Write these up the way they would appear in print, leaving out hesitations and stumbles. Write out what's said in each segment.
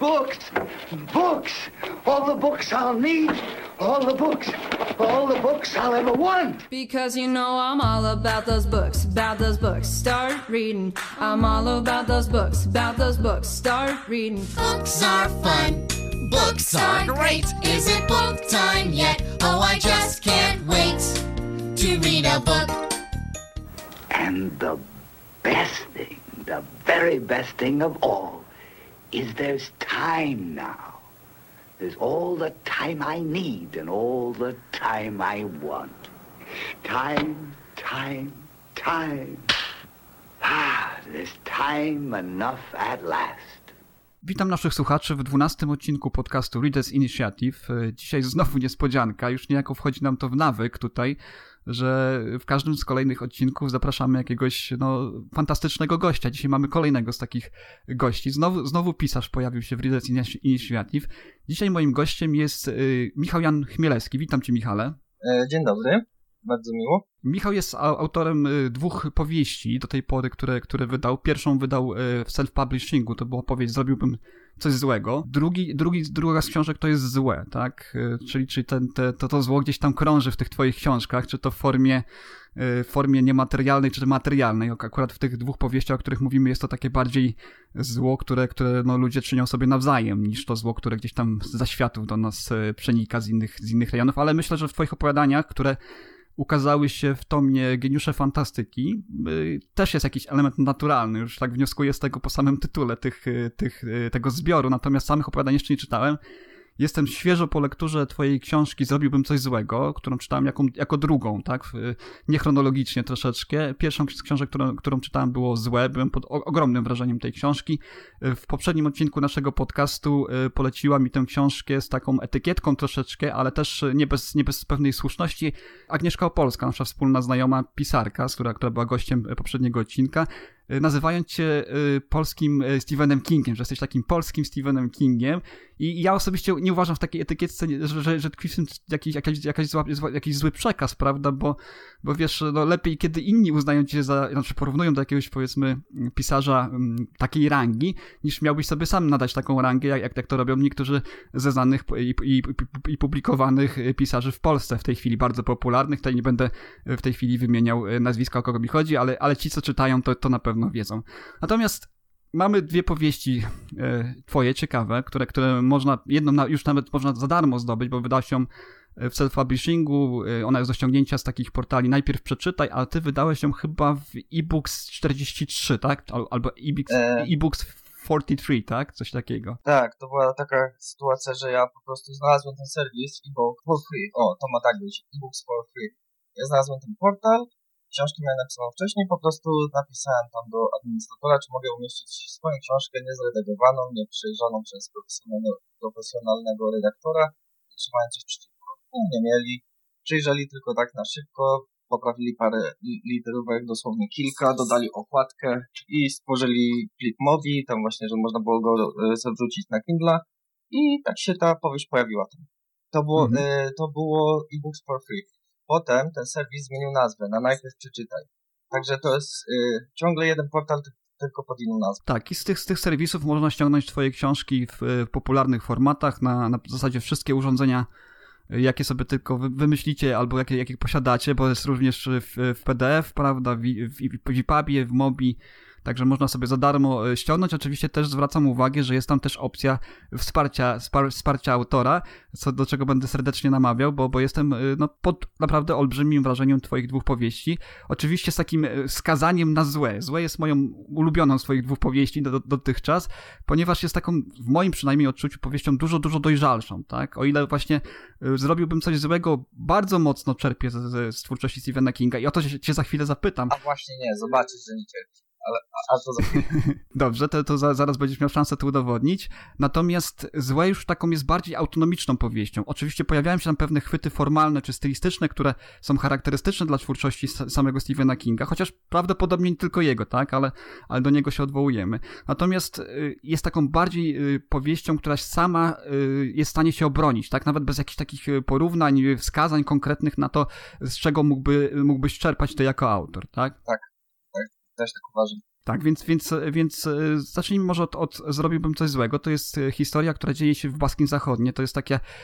Books! Books! All the books I'll need! All the books! All the books I'll ever want! Because you know I'm all about those books, about those books. Start reading. I'm all about those books, about those books. Start reading. Books are fun. Books are great. Is it book time yet? Oh, I just can't wait to read a book. And the best thing, the very best thing of all, is there's time now. There's all the time I need and all the time I want. Time, time, time. There's time enough at last. Witam naszych słuchaczy w 12. odcinku podcastu Readers Initiative. Dzisiaj znowu niespodzianka, już niejako wchodzi nam to w nawyk tutaj, że w każdym z kolejnych odcinków zapraszamy jakiegoś fantastycznego gościa. Dzisiaj mamy kolejnego z takich gości. Znowu pisarz pojawił się w Readers Initiative. Dzisiaj moim gościem jest Michał Jan Chmielewski. Witam cię, Michale. Dzień dobry, bardzo miło. Michał jest autorem dwóch powieści do tej pory, które wydał. Pierwszą wydał w self-publishingu, to była powieść Zrobiłbym coś złego. Druga z książek to jest Złe, tak? Czyli to zło gdzieś tam krąży w tych twoich książkach, czy to w formie niematerialnej, czy materialnej. Akurat w tych dwóch powieściach, o których mówimy, jest to takie bardziej zło, które ludzie czynią sobie nawzajem, niż to zło, które gdzieś tam z zaświatów do nas przenika z innych rejonów. Ale myślę, że w twoich opowiadaniach, które ukazały się w tomie Geniusze Fantastyki, też jest jakiś element naturalny, już tak wnioskuję z tego po samym tytule tego zbioru, natomiast samych opowiadań jeszcze nie czytałem. Jestem świeżo po lekturze twojej książki Zrobiłbym coś złego, którą czytałem jako drugą, tak, niechronologicznie troszeczkę. Pierwszą z książek, którą czytałem, było Złe, byłem pod ogromnym wrażeniem tej książki. W poprzednim odcinku naszego podcastu poleciła mi tę książkę z taką etykietką troszeczkę, ale też nie bez pewnej słuszności, Agnieszka Opolska, nasza wspólna znajoma pisarka, która była gościem poprzedniego odcinka, nazywając cię polskim Stephenem Kingiem, że jesteś takim polskim Stephenem Kingiem, i ja osobiście nie uważam w takiej etykietce, że tkwi w tym jakiś zły przekaz, prawda, bo wiesz, lepiej kiedy inni uznają cię porównują do jakiegoś, powiedzmy, pisarza takiej rangi, niż miałbyś sobie sam nadać taką rangę, jak to robią niektórzy ze znanych i publikowanych pisarzy w Polsce w tej chwili, bardzo popularnych. Tutaj nie będę w tej chwili wymieniał nazwiska, o kogo mi chodzi, ale ci, co czytają, to na pewno wiedzą. Natomiast mamy dwie powieści twoje, ciekawe, które jedną już nawet można za darmo zdobyć, bo wydałeś ją w self-publishingu, ona jest do ściągnięcia z takich portali Najpierw Przeczytaj, ale ty wydałeś ją chyba w eBooks 43, tak? Albo eBooks 43, tak? Coś takiego. Tak, to była taka sytuacja, że ja po prostu znalazłem ten serwis eBook for free. O, to ma tak być, eBooks for free. Ja znalazłem ten portal, książkę miałem napisaną wcześniej, po prostu napisałem tam do administratora, czy mogę umieścić swoją książkę niezredagowaną, nieprzejrzaną przez profesjonalnego redaktora i czy mają coś przeciwko. No, nie mieli, przyjrzeli tylko tak na szybko, poprawili parę literówek, dosłownie kilka, dodali okładkę i stworzyli plik Mobi, tam właśnie, że można było go sobie wrzucić na Kindle i tak się ta powieść pojawiła tam. To było eBooks for free. Potem ten serwis zmienił nazwę na Najpierw Przeczytaj. Także to jest ciągle jeden portal, tylko pod inną nazwą. Tak, i z tych serwisów można ściągnąć twoje książki w popularnych formatach, na w zasadzie wszystkie urządzenia, jakie sobie tylko wymyślicie, albo jakie posiadacie, bo jest również w PDF, prawda, w EPUBie, w Mobi. Także można sobie za darmo ściągnąć. Oczywiście też zwracam uwagę, że jest tam też opcja wsparcia autora, do czego będę serdecznie namawiał, bo jestem pod naprawdę olbrzymim wrażeniem twoich dwóch powieści. Oczywiście z takim skazaniem na Złe. Złe jest moją ulubioną z twoich dwóch powieści dotychczas, ponieważ jest taką, w moim przynajmniej odczuciu, powieścią dużo, dużo dojrzalszą, tak? O ile właśnie Zrobiłbym coś złego, bardzo mocno czerpię z twórczości Stephena Kinga i o to cię za chwilę zapytam. A właśnie nie, zobaczysz, że nie cierpisz. A to za chwilę. Dobrze, to zaraz będziesz miał szansę to udowodnić. Natomiast Złe już taką jest bardziej autonomiczną powieścią. Oczywiście pojawiają się tam pewne chwyty formalne czy stylistyczne, które są charakterystyczne dla twórczości samego Stephena Kinga, chociaż prawdopodobnie nie tylko jego, tak, ale do niego się odwołujemy. Natomiast jest taką bardziej powieścią, która sama jest w stanie się obronić, tak, nawet bez jakichś takich porównań, wskazań konkretnych na to, z czego mógłbyś czerpać ty jako autor, tak? Tak. Też tak uważam. Tak, więc zacznijmy może zrobiłbym coś złego. To jest historia, która dzieje się w Baskin Zachodnie. To jest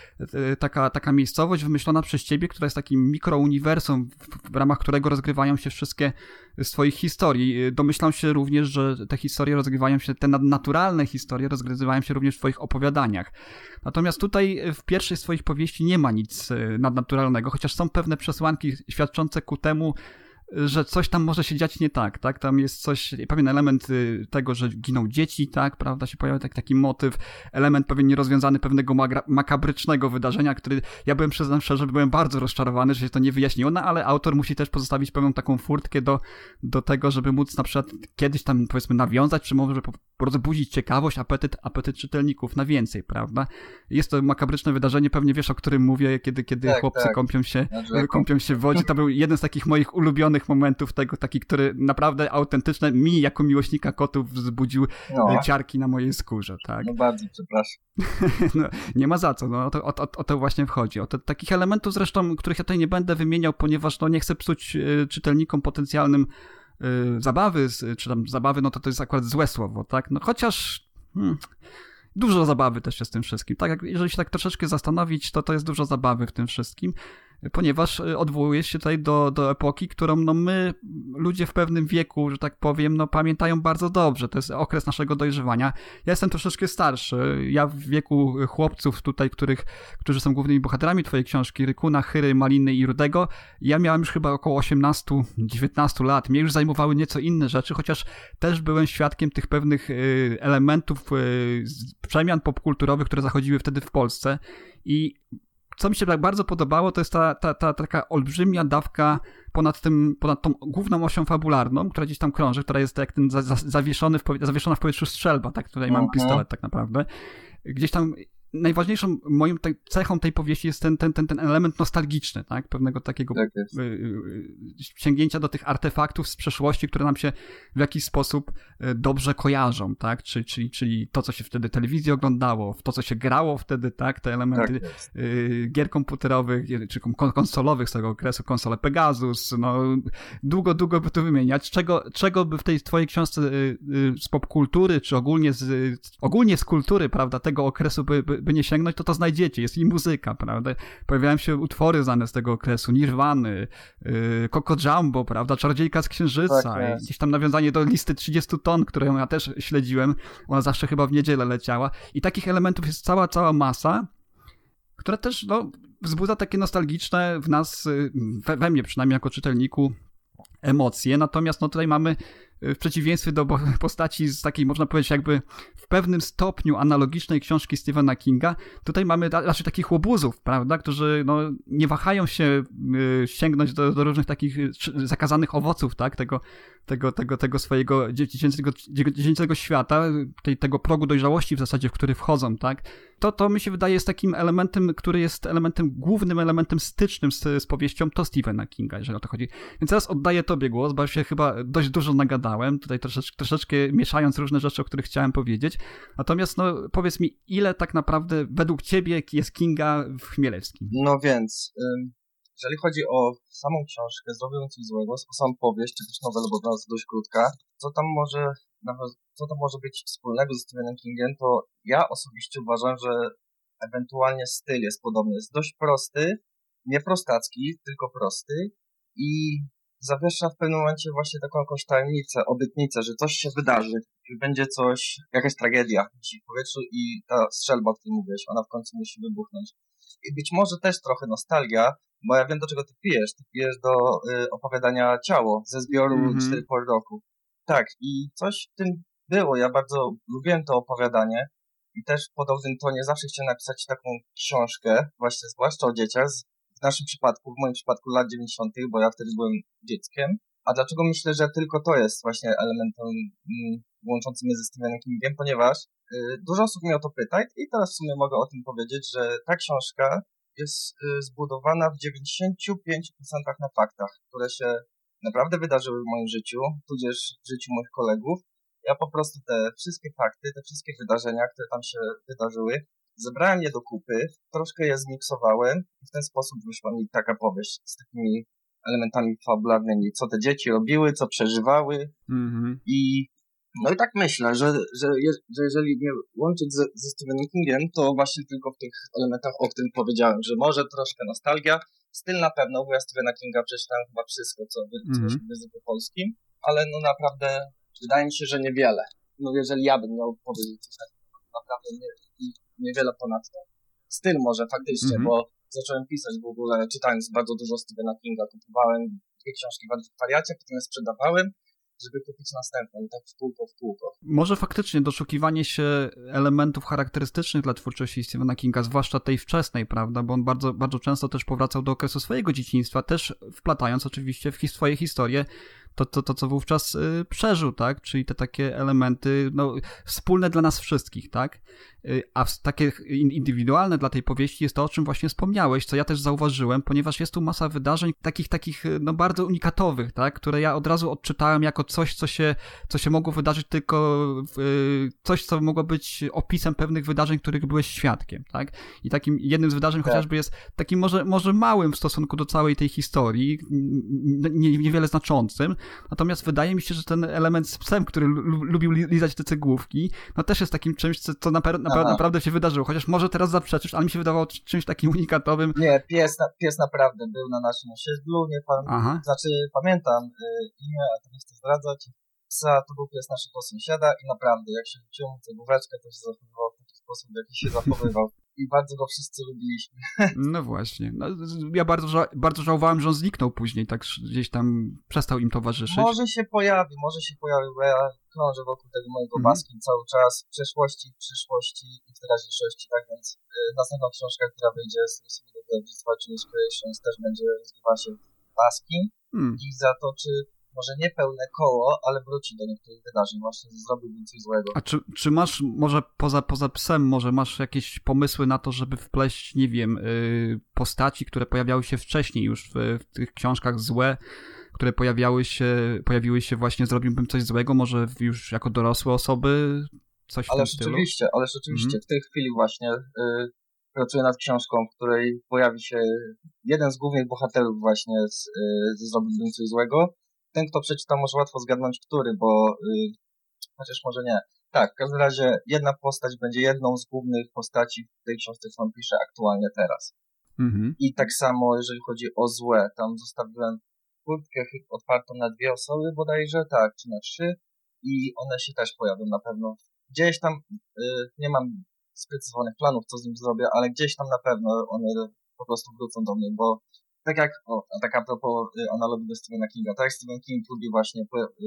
taka miejscowość wymyślona przez ciebie, która jest takim mikrouniwersum, w ramach którego rozgrywają się wszystkie z twoich historii. Domyślam się również, że te historie rozgrywają się, te nadnaturalne historie rozgrywają się również w twoich opowiadaniach. Natomiast tutaj w pierwszej z twoich powieści nie ma nic nadnaturalnego, chociaż są pewne przesłanki świadczące ku temu, że coś tam może się dziać nie tak, tak? Tam jest pewien element tego, że giną dzieci, tak? Prawda? Się pojawia taki motyw, element pewien nierozwiązany pewnego makabrycznego wydarzenia, który ja przyznam szczerze, byłem bardzo rozczarowany, że się to nie wyjaśniło, no ale autor musi też pozostawić pewną taką furtkę do tego, żeby móc na przykład kiedyś tam, powiedzmy, nawiązać, czy może rozbudzić ciekawość, apetyt czytelników na więcej, prawda? Jest to makabryczne wydarzenie, pewnie wiesz, o którym mówię, kiedy chłopcy kąpią się w wodzie. To był jeden z takich moich ulubionych momentów tego, taki, który naprawdę autentyczne mi jako miłośnika kotów wzbudził ciarki na mojej skórze, tak? No bardzo przepraszam. No, nie ma za co, no o to właśnie wchodzi. Takich elementów zresztą, których ja tutaj nie będę wymieniał, ponieważ nie chcę psuć czytelnikom potencjalnym zabawy, czy tam zabawy, no to jest akurat złe słowo, tak? No chociaż dużo zabawy też jest w tym wszystkim, tak? Jeżeli się tak troszeczkę zastanowić, to jest dużo zabawy w tym wszystkim, ponieważ odwołuje się tutaj do epoki, którą my, ludzie w pewnym wieku, że tak powiem, pamiętają bardzo dobrze. To jest okres naszego dojrzewania. Ja jestem troszeczkę starszy. Ja w wieku chłopców tutaj, którzy są głównymi bohaterami twojej książki, Rykuna, Chyry, Maliny i Rudego, ja miałem już chyba około 18-19 lat. Mnie już zajmowały nieco inne rzeczy, chociaż też byłem świadkiem tych pewnych elementów przemian popkulturowych, które zachodziły wtedy w Polsce i co mi się tak bardzo podobało, to jest ta taka olbrzymia dawka ponad tą główną osią fabularną, która gdzieś tam krąży, która jest jak ten zawieszona w powietrzu strzelba, tak? Tutaj mamy pistolet tak naprawdę. Gdzieś tam najważniejszą moją cechą tej powieści jest ten element nostalgiczny, tak? Pewnego takiego sięgnięcia do tych artefaktów z przeszłości, które nam się w jakiś sposób dobrze kojarzą, tak? Czyli to, co się wtedy telewizji oglądało, w to, co się grało wtedy, tak? Te elementy gier komputerowych, czy konsolowych z tego okresu, konsole Pegasus, długo by tu wymieniać. Czego by w tej twojej książce z popkultury, czy ogólnie z kultury, prawda, tego okresu by nie sięgnąć, to znajdziecie. Jest i muzyka, prawda? Pojawiają się utwory znane z tego okresu, Nirwany, Coco Jumbo, prawda? Czarodziejka z Księżyca. Tak, gdzieś tam nawiązanie do listy 30 ton, którą ja też śledziłem. Ona zawsze chyba w niedzielę leciała. I takich elementów jest cała masa, która też wzbudza takie nostalgiczne w nas, we mnie przynajmniej jako czytelniku, emocje. Natomiast tutaj mamy w przeciwieństwie do postaci z takiej, można powiedzieć, jakby w pewnym stopniu analogicznej książki Stephena Kinga, tutaj mamy raczej takich łobuzów, prawda, którzy nie wahają się sięgnąć do różnych takich zakazanych owoców, tak, tego swojego dziecięcego świata, tego progu dojrzałości w zasadzie, w który wchodzą, tak. To mi się wydaje jest takim elementem, który jest głównym elementem stycznym z powieścią, to Stephena Kinga, jeżeli o to chodzi. Więc teraz oddaję tobie głos, bo się chyba dość dużo nagadałem, tutaj troszeczkę mieszając różne rzeczy, o których chciałem powiedzieć. Natomiast powiedz mi, ile tak naprawdę według ciebie jest Kinga w Chmielewskim? No więc, jeżeli chodzi o samą książkę Zrobię coś złego, o samą powieść, czy też nowelę, bo ona jest dość krótka, co tam może być wspólnego ze Stephenem Kingiem, to ja osobiście uważam, że ewentualnie styl jest podobny. Jest dość prosty, nie prostacki, tylko prosty i zawiesza w pewnym momencie właśnie taką jakąś tajemnicę, obietnicę, że coś się wydarzy, że będzie jakaś tragedia w powietrzu i ta strzelba, o której mówiłeś, ona w końcu musi wybuchnąć. I być może też trochę nostalgia, bo ja wiem, do czego ty pijesz. Ty pijesz do opowiadania Ciało ze zbioru 4 pory roku. Tak, i coś w tym było. Ja bardzo lubiłem to opowiadanie i też w podobnym tonie zawsze chciałem napisać taką książkę, właśnie zwłaszcza o dzieciach, w moim przypadku lat 90., bo ja wtedy byłem dzieckiem. A dlaczego myślę, że tylko to jest właśnie elementem łączącym mnie ze Stephenem Kingiem? Ponieważ dużo osób mnie o to pyta i teraz w sumie mogę o tym powiedzieć, że ta książka jest zbudowana w 95% na faktach, które się naprawdę wydarzyły w moim życiu, tudzież w życiu moich kolegów. Ja po prostu te wszystkie fakty, te wszystkie wydarzenia, które tam się wydarzyły, zebrałem je do kupy, troszkę je zmiksowałem i w ten sposób wyszła mi taka powieść z takimi elementami fabularnymi, co te dzieci robiły, co przeżywały No i tak myślę, że jeżeli mnie łączyć ze Stephenem Kingiem, to właśnie tylko w tych elementach, o których powiedziałem, że może troszkę nostalgia, styl na pewno, bo ja Stephena Kinga przeczytałem chyba wszystko, co wyszło w języku polskim, ale no naprawdę wydaje mi się, że niewiele. No jeżeli ja bym miał powiedzieć coś takiego, naprawdę niewiele ponadto. Styl może faktycznie, bo zacząłem pisać w ogóle, czytając bardzo dużo Stephena Kinga, kupowałem 2 książki w antykwariacie, potem je sprzedawałem, żeby kupić następną, tak w kółko. Może faktycznie doszukiwanie się elementów charakterystycznych dla twórczości Stephena Kinga, zwłaszcza tej wczesnej, prawda, bo on bardzo, bardzo często też powracał do okresu swojego dzieciństwa, też wplatając oczywiście w swoje historie to co wówczas przeżył, tak, czyli te takie elementy, no, wspólne dla nas wszystkich, tak, a takie indywidualne dla tej powieści jest to, o czym właśnie wspomniałeś, co ja też zauważyłem, ponieważ jest tu masa wydarzeń takich no, bardzo unikatowych, tak, które ja od razu odczytałem jako coś, co się mogło wydarzyć tylko coś, co mogło być opisem pewnych wydarzeń, których byłeś świadkiem, tak, i takim jednym z wydarzeń chociażby jest takim może małym w stosunku do całej tej historii, niewiele znaczącym, natomiast wydaje mi się, że ten element z psem, który lubił lizać te cygłówki, no też jest takim czymś, co naprawdę się wydarzyło. Chociaż może teraz zaprzeczysz, ale mi się wydawało czymś takim unikatowym. Nie, pies naprawdę był na naszym osiedlu, pamiętam imię, a to nie chcę zdradzać. Psa to był pies naszego sąsiada i naprawdę, jak się wziął mu cegłóweczkę, to się zachowywał w taki sposób, w jaki się zachowywał. I bardzo go wszyscy lubiliśmy. No właśnie. No, ja bardzo żałowałem, że on zniknął później, tak gdzieś tam przestał im towarzyszyć. Może się pojawi, bo ja krążę wokół tego mojego Baskin cały czas, w przeszłości, w przyszłości i w teraźniejszości, tak więc następna książka, która wyjdzie z tego wydawnictwa, czyli Inspirations, też będzie rozgrywa się w Baskin i zatoczy może nie pełne koło, ale wróci do niektórych wydarzeń, właśnie zrobiłbym coś złego. A czy masz, może poza psem, może masz jakieś pomysły na to, żeby wpleść, nie wiem, postaci, które pojawiały się wcześniej już w tych książkach złe, które pojawiły się właśnie zrobiłbym coś złego, może już jako dorosłe osoby, coś w tym stylu? Ależ oczywiście, w tej chwili właśnie pracuję nad książką, w której pojawi się jeden z głównych bohaterów właśnie zrobiłbym coś złego. Ten, kto przeczyta, może łatwo zgadnąć, który, bo chociaż może nie. Tak, w każdym razie jedna postać będzie jedną z głównych postaci w tej książce, którą piszę aktualnie teraz. I tak samo, jeżeli chodzi o złe, tam zostawiłem furtkę otwartą na 2 osoby bodajże, tak, czy na 3 i one się też pojawią na pewno. Gdzieś tam, nie mam sprecyzowanych planów, co z nim zrobię, ale gdzieś tam na pewno one po prostu wrócą do mnie, bo tak a propos analogii do Stephena Kinga, tak, Stephen King lubi właśnie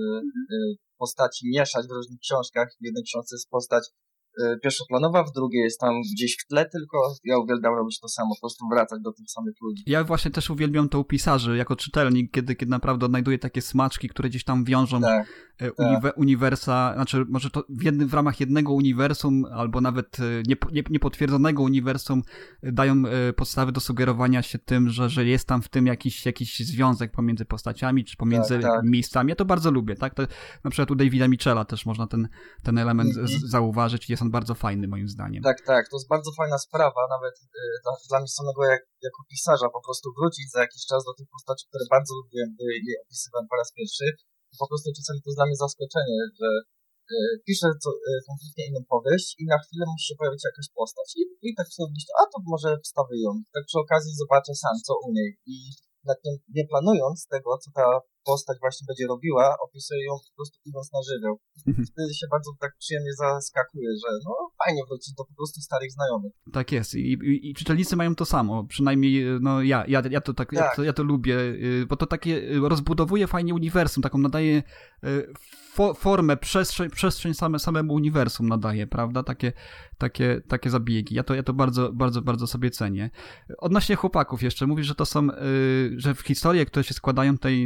postaci mieszać w różnych książkach. W jednej książce jest postać pierwszoplanowa, w drugiej jest tam gdzieś w tle tylko. Ja uwielbiam robić to samo, po prostu wracać do tych samych ludzi. Ja właśnie też uwielbiam to u pisarzy, jako czytelnik, kiedy naprawdę odnajduję takie smaczki, które gdzieś tam wiążą uniwersa, znaczy może to w ramach jednego uniwersum, albo nawet niepotwierdzonego uniwersum dają podstawy do sugerowania się tym, że jest tam w tym jakiś związek pomiędzy postaciami, czy pomiędzy miejscami. Ja to bardzo lubię, tak? To, na przykład u Davida Mitchella też można ten element zauważyć i jest on bardzo fajny moim zdaniem. Tak, to jest bardzo fajna sprawa, nawet dla mnie samego jako pisarza po prostu wrócić za jakiś czas do tych postaci, które bardzo lubiłem, gdy je opisywałem po raz pierwszy. Po prostu czasami to jest dla mnie zaskoczenie, że piszę kompletnie inną powieść i na chwilę musi się pojawić jakaś postać i tak sobie myślę, a to może wstawię ją. Tak przy okazji zobaczę sam, co u niej i nie planując tego, co ta postać właśnie będzie robiła, opisuję ją po prostu idąc na żywioł. Wtedy się bardzo tak przyjemnie zaskakuje, że no fajnie wrócić do po prostu starych znajomych. Tak jest i czytelnicy mają to samo, przynajmniej no ja to lubię, bo to takie rozbudowuje fajnie uniwersum, taką nadaje formę, przestrzeń samemu uniwersum nadaje, prawda? Takie zabiegi. Ja to bardzo, bardzo, bardzo sobie cenię. Odnośnie chłopaków jeszcze, mówisz, że to są, że w historie, które się składają tutaj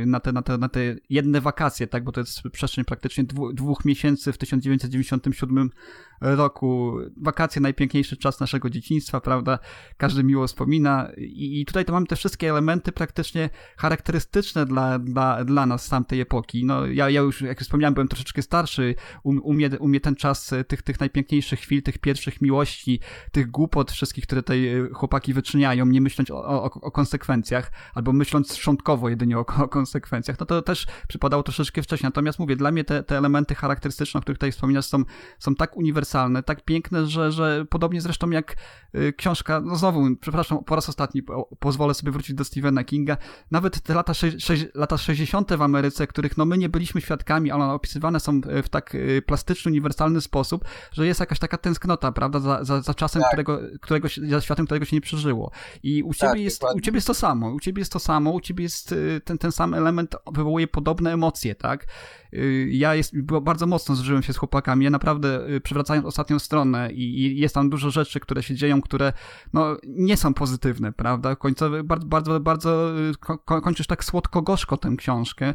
na te jedne wakacje, tak, bo to jest przestrzeń praktycznie 2 miesięcy w 1997 roku. Wakacje, najpiękniejszy czas naszego dzieciństwa, prawda? Każdy miło wspomina i tutaj to mamy te wszystkie elementy praktycznie charakterystyczne dla nas z tamtej epoki. No, ja już, jak wspomniałem, byłem troszeczkę starszy, u mnie ten czas tych najpiękniejszych chwil, tych pierwszych miłości, tych głupot wszystkich, które tutaj chłopaki wyczyniają, nie myśląc o konsekwencjach, albo myśląc szczątkowo jedynie o konsekwencjach, no to też przypadało troszeczkę wcześniej. Natomiast mówię, dla mnie te elementy charakterystyczne, o których tutaj wspominasz, są tak uniwersalne, tak piękne, że podobnie zresztą jak książka, no znowu, przepraszam, po raz ostatni pozwolę sobie wrócić do Stephena Kinga, nawet te lata 60. w Ameryce, których no my nie byliśmy świadkami, ale one opisywane są w tak plastyczny, uniwersalny sposób, że jest jakaś taka tęsknota, prawda, za czasem, za światem, którego się nie przeżyło. I u ciebie jest to samo, u ciebie jest ten sam element, wywołuje podobne emocje, tak? Bardzo mocno zżyłem się z chłopakami, ja naprawdę, przywracając ostatnią stronę i jest tam dużo rzeczy, które się dzieją, które no nie są pozytywne, prawda? Końcowy, bardzo, bardzo kończysz tak słodko-gorzko tę książkę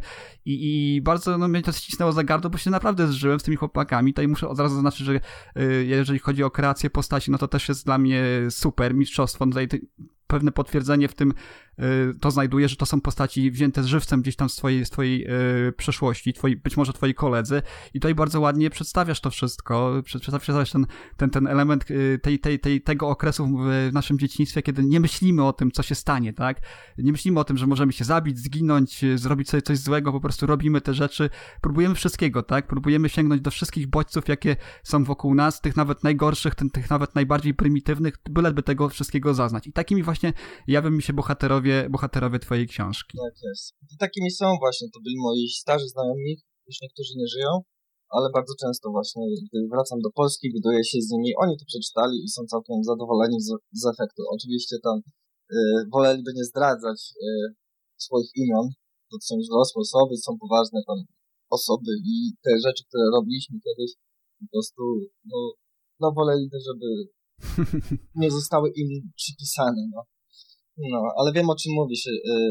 i bardzo mnie to ścisnęło za gardło, bo się naprawdę zżyłem z tymi chłopakami. Tutaj muszę od razu zaznaczyć, że jeżeli chodzi o kreację postaci, no to też jest dla mnie super, mistrzostwo. Tutaj pewne potwierdzenie w tym to znajduje, że to są postaci wzięte z żywcem gdzieś tam z twojej przeszłości, być może twoi koledzy i tutaj bardzo ładnie przedstawiasz to wszystko, przedstawiasz ten element tego okresu w naszym dzieciństwie, kiedy nie myślimy o tym, co się stanie, tak? Nie myślimy o tym, że możemy się zabić, zginąć, zrobić sobie coś złego, po prostu robimy te rzeczy, próbujemy wszystkiego, tak? Próbujemy sięgnąć do wszystkich bodźców, jakie są wokół nas, tych nawet najgorszych, tych nawet najbardziej prymitywnych, byleby tego wszystkiego zaznać. I takimi właśnie jawią mi się bohaterowie twojej książki. Tak jest. I takimi są właśnie, to byli moi starzy znajomi, już niektórzy nie żyją, ale bardzo często właśnie, gdy wracam do Polski, widuję się z nimi, oni to przeczytali i są całkiem zadowoleni z efektu. Oczywiście tam woleliby nie zdradzać swoich imion, to są już dorosłe osoby, są poważne tam osoby i te rzeczy, które robiliśmy kiedyś, po prostu, no woleliby, żeby nie zostały im przypisane, No, ale wiem, o czym mówisz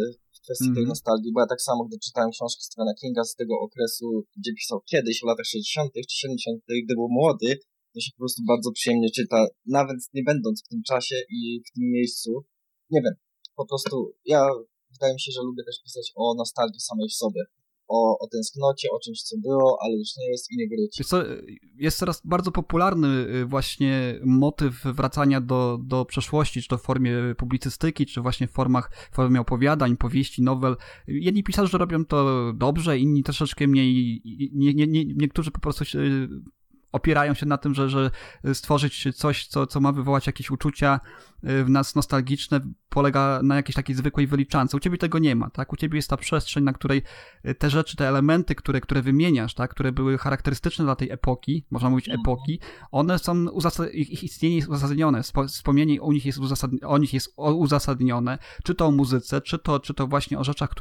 w kwestii tej nostalgii, bo ja tak samo, gdy czytałem książki Stephena Kinga z tego okresu, gdzie pisał kiedyś, w latach 60. czy 70., gdy był młody, to się po prostu bardzo przyjemnie czyta, nawet nie będąc w tym czasie i w tym miejscu. Nie wiem, po prostu wydaje mi się, że lubię też pisać o nostalgii samej w sobie. O tęsknocie, o czymś, co było, ale już nie jest i nie wróci. Jest teraz bardzo popularny właśnie motyw wracania do przeszłości, czy to w formie publicystyki, czy właśnie w formie opowiadań, powieści, nowel. Jedni pisarze robią to dobrze, inni troszeczkę mniej. Niektórzy po prostu opierają się na tym, że stworzyć coś, co ma wywołać jakieś uczucia w nas nostalgiczne, polega na jakiejś takiej zwykłej wyliczance. U ciebie tego nie ma, tak? U ciebie jest ta przestrzeń, na której te rzeczy, te elementy, które wymieniasz, tak? Które były charakterystyczne dla tej epoki, można mówić epoki, one są, ich istnienie jest uzasadnione, wspomnienie o nich jest uzasadnione, czy to o muzyce, czy to właśnie o rzeczach,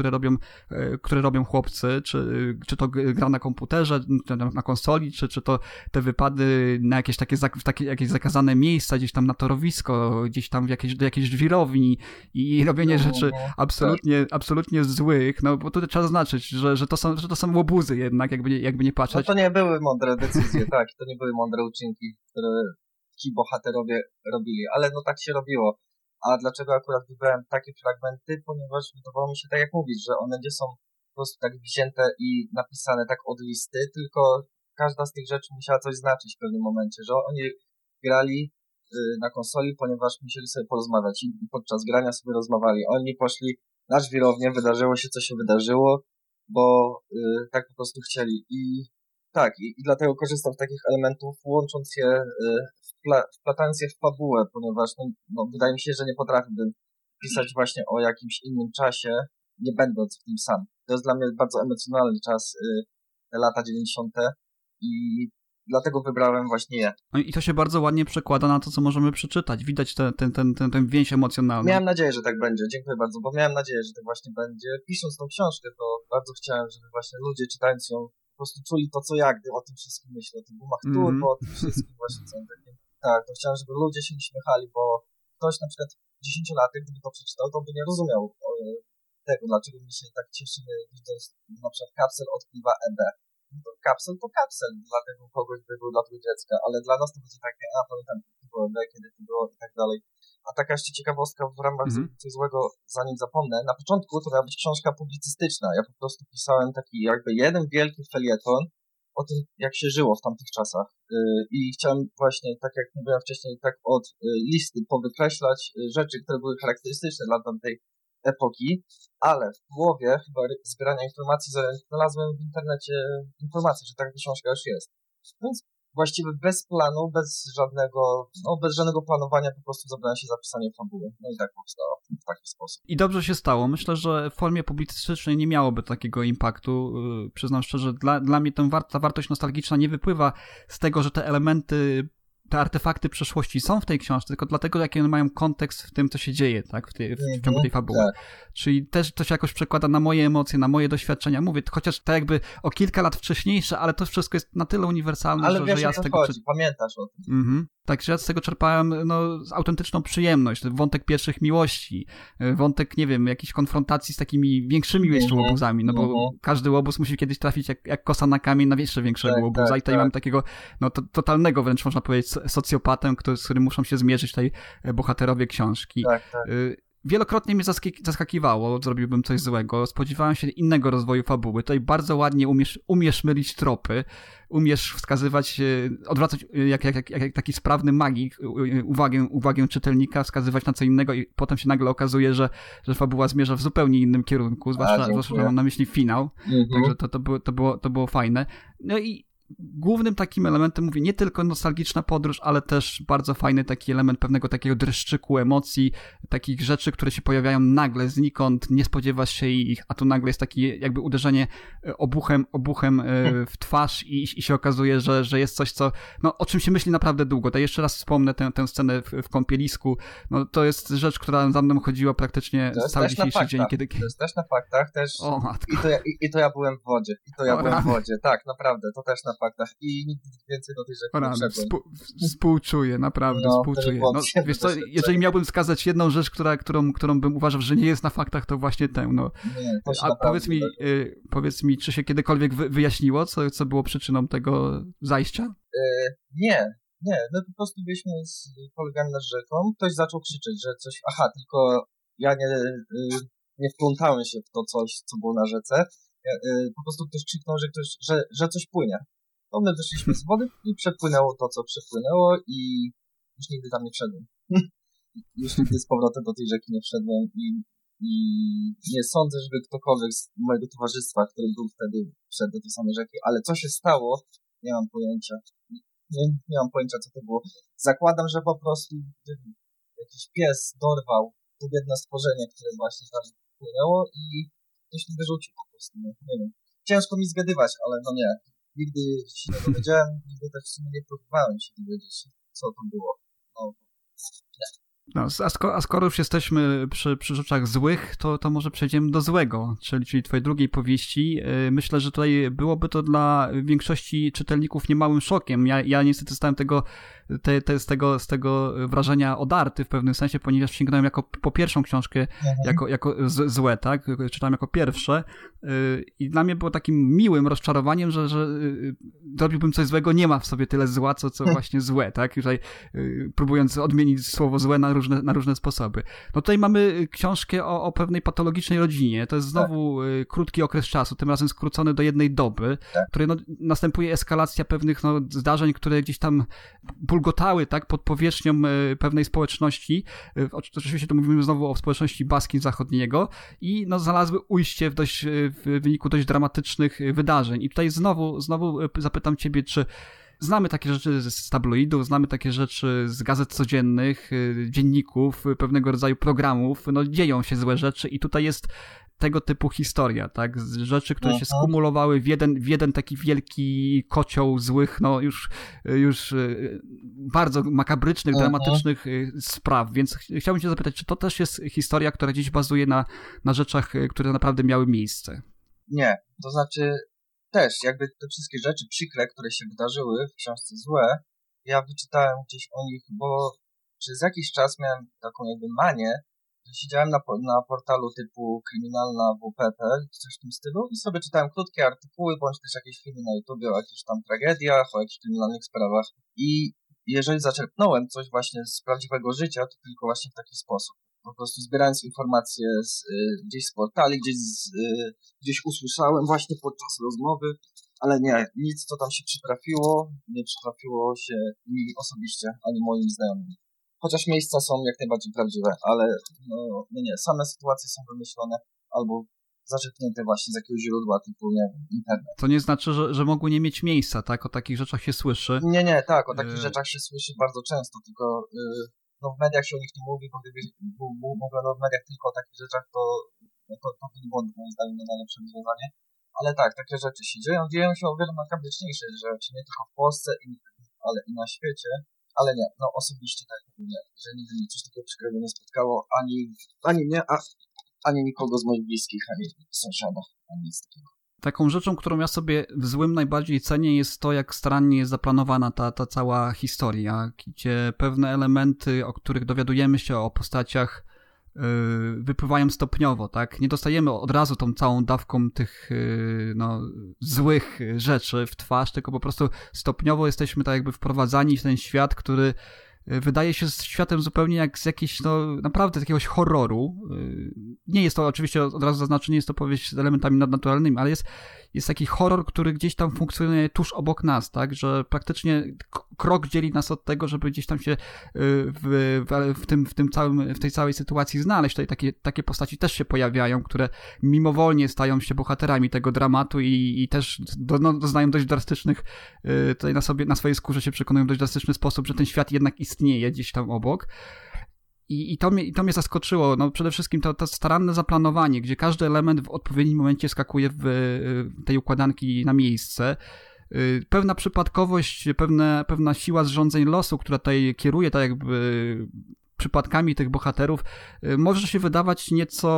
które robią chłopcy, czy to gra na komputerze, na konsoli, czy to te wypady na jakieś jakieś zakazane miejsca, gdzieś tam na torowisko, gdzieś tam do jakiejś żwirowni i robienie rzeczy absolutnie złych, no bo tutaj trzeba zaznaczyć, że to są łobuzy jednak, jakby nie patrzeć. No to nie były mądre decyzje, tak, to nie były mądre uczynki, które ci bohaterowie robili, ale no tak się robiło. A dlaczego akurat wybrałem takie fragmenty? Ponieważ wydawało mi się, tak jak mówisz, że one nie są po prostu tak wzięte i napisane tak od listy, tylko każda z tych rzeczy musiała coś znaczyć w pewnym momencie, że oni grali na konsoli, ponieważ musieli sobie porozmawiać i podczas grania sobie rozmawiali. Oni poszli na żwirownię, wydarzyło się, co się wydarzyło, bo tak po prostu chcieli. I tak, i dlatego korzystam z takich elementów, łącząc je, wplatając je w fabułę, ponieważ wydaje mi się, że nie potrafiłbym pisać właśnie o jakimś innym czasie, nie będąc w tym sam. To jest dla mnie bardzo emocjonalny czas, te lata 90. i dlatego wybrałem właśnie je. I to się bardzo ładnie przekłada na to, co możemy przeczytać. Widać ten więź emocjonalny. Miałem nadzieję, że tak będzie. Dziękuję bardzo, bo miałem nadzieję, że tak właśnie będzie. Pisząc tą książkę, to bardzo chciałem, żeby właśnie ludzie czytając ją po prostu czuli to, co ja, gdy o tym wszystkim myślę, o tym boomach turbo, o tym wszystkim właśnie, co takim. Tak, to chciałem, żeby ludzie się uśmiechali, bo ktoś na przykład 10-latek, gdyby to przeczytał, to by nie rozumiał tego, dlaczego my się tak cieszymy, widząc na przykład kapsel odkrywa EB. No to kapsel to kapsel dla tego kogoś by był, dla tego dziecka, ale dla nas to będzie takie, pamiętam, kiedy było EB, kiedy to było i tak dalej. A taka jeszcze ciekawostka w ramach coś złego, zanim zapomnę, na początku to miała być książka publicystyczna. Ja po prostu pisałem taki jakby jeden wielki felieton o tym, jak się żyło w tamtych czasach. I chciałem właśnie, tak jak mówiłem wcześniej, tak od listy powykreślać rzeczy, które były charakterystyczne dla tamtej epoki, ale w połowie chyba zbierania informacji znalazłem w internecie informację, że taka książka już jest. Więc właściwie bez planu, bez żadnego planowania po prostu zabrałem się za pisanie fabuły. No i tak powstało w taki sposób. I dobrze się stało. Myślę, że w formie publicystycznej nie miałoby takiego impaktu. Przyznam szczerze, dla mnie ta wartość nostalgiczna nie wypływa z tego, że te elementy, te artefakty przeszłości są w tej książce, tylko dlatego, jaki one mają kontekst w tym, co się dzieje, tak, w ciągu tej fabuły. Tak. Czyli też to się jakoś przekłada na moje emocje, na moje doświadczenia. Mówię, chociaż tak jakby o kilka lat wcześniejsze, ale to wszystko jest na tyle uniwersalne, ale że ja z tego... pamiętasz o tym. Także ja z tego czerpałem autentyczną przyjemność. Wątek pierwszych miłości, wątek, nie wiem, jakiejś konfrontacji z takimi większymi jeszcze łobuzami, no bo każdy łobuz musi kiedyś trafić jak kosa na kamień na jeszcze większego łobuza i tutaj mam takiego totalnego wręcz można powiedzieć socjopatę, z którym muszą się zmierzyć tutaj bohaterowie książki. Tak. Wielokrotnie mnie zaskakiwało, zrobiłbym coś złego, spodziewałem się innego rozwoju fabuły. Tutaj bardzo ładnie umiesz mylić tropy, umiesz wskazywać, odwracać jak taki sprawny magik uwagę czytelnika, wskazywać na co innego i potem się nagle okazuje, że fabuła zmierza w zupełnie innym kierunku, zwłaszcza, że mam na myśli finał, także to było fajne. No i głównym takim elementem, mówię, nie tylko nostalgiczna podróż, ale też bardzo fajny taki element pewnego takiego dreszczyku emocji, takich rzeczy, które się pojawiają nagle, znikąd, nie spodziewasz się ich, a tu nagle jest takie jakby uderzenie obuchem w twarz i się okazuje, że jest coś, o czym się myśli naprawdę długo. To jeszcze raz wspomnę tę scenę w kąpielisku. No, to jest rzecz, która za mną chodziła praktycznie cały dzisiejszy dzień. To jest też na faktach, też. O matko. I to ja byłem w wodzie. Tak, naprawdę, to też na faktach i nigdy więcej do tej rzeki nie wszedłem. Współczuję, naprawdę współczuję. No, wiesz co, jeżeli miałbym wskazać jedną rzecz, którą bym uważał, że nie jest na faktach, to właśnie tę. No. Nie, to się a powiedz mi, czy się kiedykolwiek wyjaśniło, co było przyczyną tego zajścia? Nie. My po prostu byliśmy z kolegami nad rzeką. Ktoś zaczął krzyczeć, że coś... tylko ja nie wplątałem się w to coś, co było na rzece. Po prostu ktoś krzyknął, że coś płynie. To my wyszliśmy z wody i przepłynęło to, co przepłynęło i już nigdy tam nie wszedłem. Już nigdy z powrotem do tej rzeki nie wszedłem i nie sądzę, żeby ktokolwiek z mojego towarzystwa, który był wtedy, wszedł do tej samej rzeki, ale co się stało, nie mam pojęcia. Nie mam pojęcia, co to było. Zakładam, że po prostu jakiś pies dorwał to biedne stworzenie, które właśnie tam płynęło i ktoś mi wyrzucił po prostu, nie wiem. Ciężko mi zgadywać, ale nie. Nigdy się nie dowiedziałem, nigdy też w sumie nie próbowałem się dowiedzieć, co to było. No, a skoro już jesteśmy przy rzeczach złych, to może przejdziemy do złego, czyli twojej drugiej powieści. Myślę, że tutaj byłoby to dla większości czytelników niemałym szokiem. Ja niestety stałem z tego wrażenia odarty w pewnym sensie, ponieważ sięgnąłem po pierwszą książkę jako złe, tak? Czytałem jako pierwsze i dla mnie było takim miłym rozczarowaniem, że zrobiłbym coś złego, nie ma w sobie tyle zła, co właśnie złe, tak? Tutaj próbując odmienić słowo złe na różne sposoby. No tutaj mamy książkę o pewnej patologicznej rodzinie. To jest znowu krótki okres czasu, tym razem skrócony do jednej doby, w której następuje eskalacja pewnych zdarzeń, które gdzieś tam bulgotały, tak, pod powierzchnią pewnej społeczności. Oczywiście tu mówimy znowu o społeczności Baski Zachodniego i znalazły ujście w wyniku dość dramatycznych wydarzeń. I tutaj znowu zapytam ciebie, czy znamy takie rzeczy z tabloidów, znamy takie rzeczy z gazet codziennych, dzienników, pewnego rodzaju programów. Dzieją się złe rzeczy i tutaj jest tego typu historia, tak? Rzeczy, które się skumulowały w jeden taki wielki kocioł złych, już bardzo makabrycznych, dramatycznych spraw, więc chciałbym cię zapytać, czy to też jest historia, która gdzieś bazuje na rzeczach, które naprawdę miały miejsce? Nie, to znaczy też jakby te wszystkie rzeczy przykre, które się wydarzyły w książce złe, ja wyczytałem gdzieś o nich, bo przez jakiś czas miałem taką jakby manię, Siedziałem na portalu typu kryminalna.wp.pl, coś w tym stylu i sobie czytałem krótkie artykuły, bądź też jakieś filmy na YouTube o jakichś tam tragediach, o jakichś kryminalnych sprawach i jeżeli zaczerpnąłem coś właśnie z prawdziwego życia, to tylko właśnie w taki sposób. Po prostu zbierając informacje gdzieś z portali, gdzieś usłyszałem właśnie podczas rozmowy, ale nie, nic co tam się nie przytrafiło się mi osobiście, ani moim znajomym. Chociaż miejsca są jak najbardziej prawdziwe, ale no nie, same sytuacje są wymyślone albo zaczerpnięte właśnie z jakiegoś źródła typu, nie wiem, internet. To nie znaczy, że mogły nie mieć miejsca, tak? O takich rzeczach się słyszy. Nie, tak, o takich rzeczach się słyszy bardzo często, tylko w mediach się o nich nie mówi, bo gdyby mówiono w mediach tylko o takich rzeczach, to by nie było moim zdaniem najlepsze rozwiązanie. Ale tak, takie rzeczy się dzieją się o wiele makabryczniejsze rzeczy, nie tylko w Polsce, ale i na świecie. Ale nie, no osobiście tak nie, że nigdy mnie coś takiego przykrego nie spotkało, ani mnie, ani nikogo z moich bliskich, ani sąsiadów, ani nic takiego. Taką rzeczą, którą ja sobie w złym najbardziej cenię, jest to, jak starannie jest zaplanowana ta cała historia, gdzie pewne elementy, o których dowiadujemy się o postaciach, wypływają stopniowo, tak? Nie dostajemy od razu tą całą dawką tych złych rzeczy w twarz, tylko po prostu stopniowo jesteśmy tak jakby wprowadzani w ten świat, który wydaje się światem zupełnie jak z jakiejś, naprawdę jakiegoś horroru. Nie jest to, oczywiście od razu zaznaczę, nie jest to powieść z elementami nadnaturalnymi, ale jest taki horror, który gdzieś tam funkcjonuje tuż obok nas, tak, że praktycznie krok dzieli nas od tego, żeby gdzieś tam się w tej całej sytuacji znaleźć. Tutaj takie postaci też się pojawiają, które mimowolnie stają się bohaterami tego dramatu i też doznają dość drastycznych, tutaj na swojej skórze się przekonują w dość drastyczny sposób, że ten świat jednak istnieje gdzieś tam obok. I to mnie zaskoczyło. No, przede wszystkim to staranne zaplanowanie, gdzie każdy element w odpowiednim momencie skakuje w tej układanki na miejsce. Pewna przypadkowość, pewna siła zrządzeń losu, która tutaj kieruje tak jakby przypadkami tych bohaterów, może się wydawać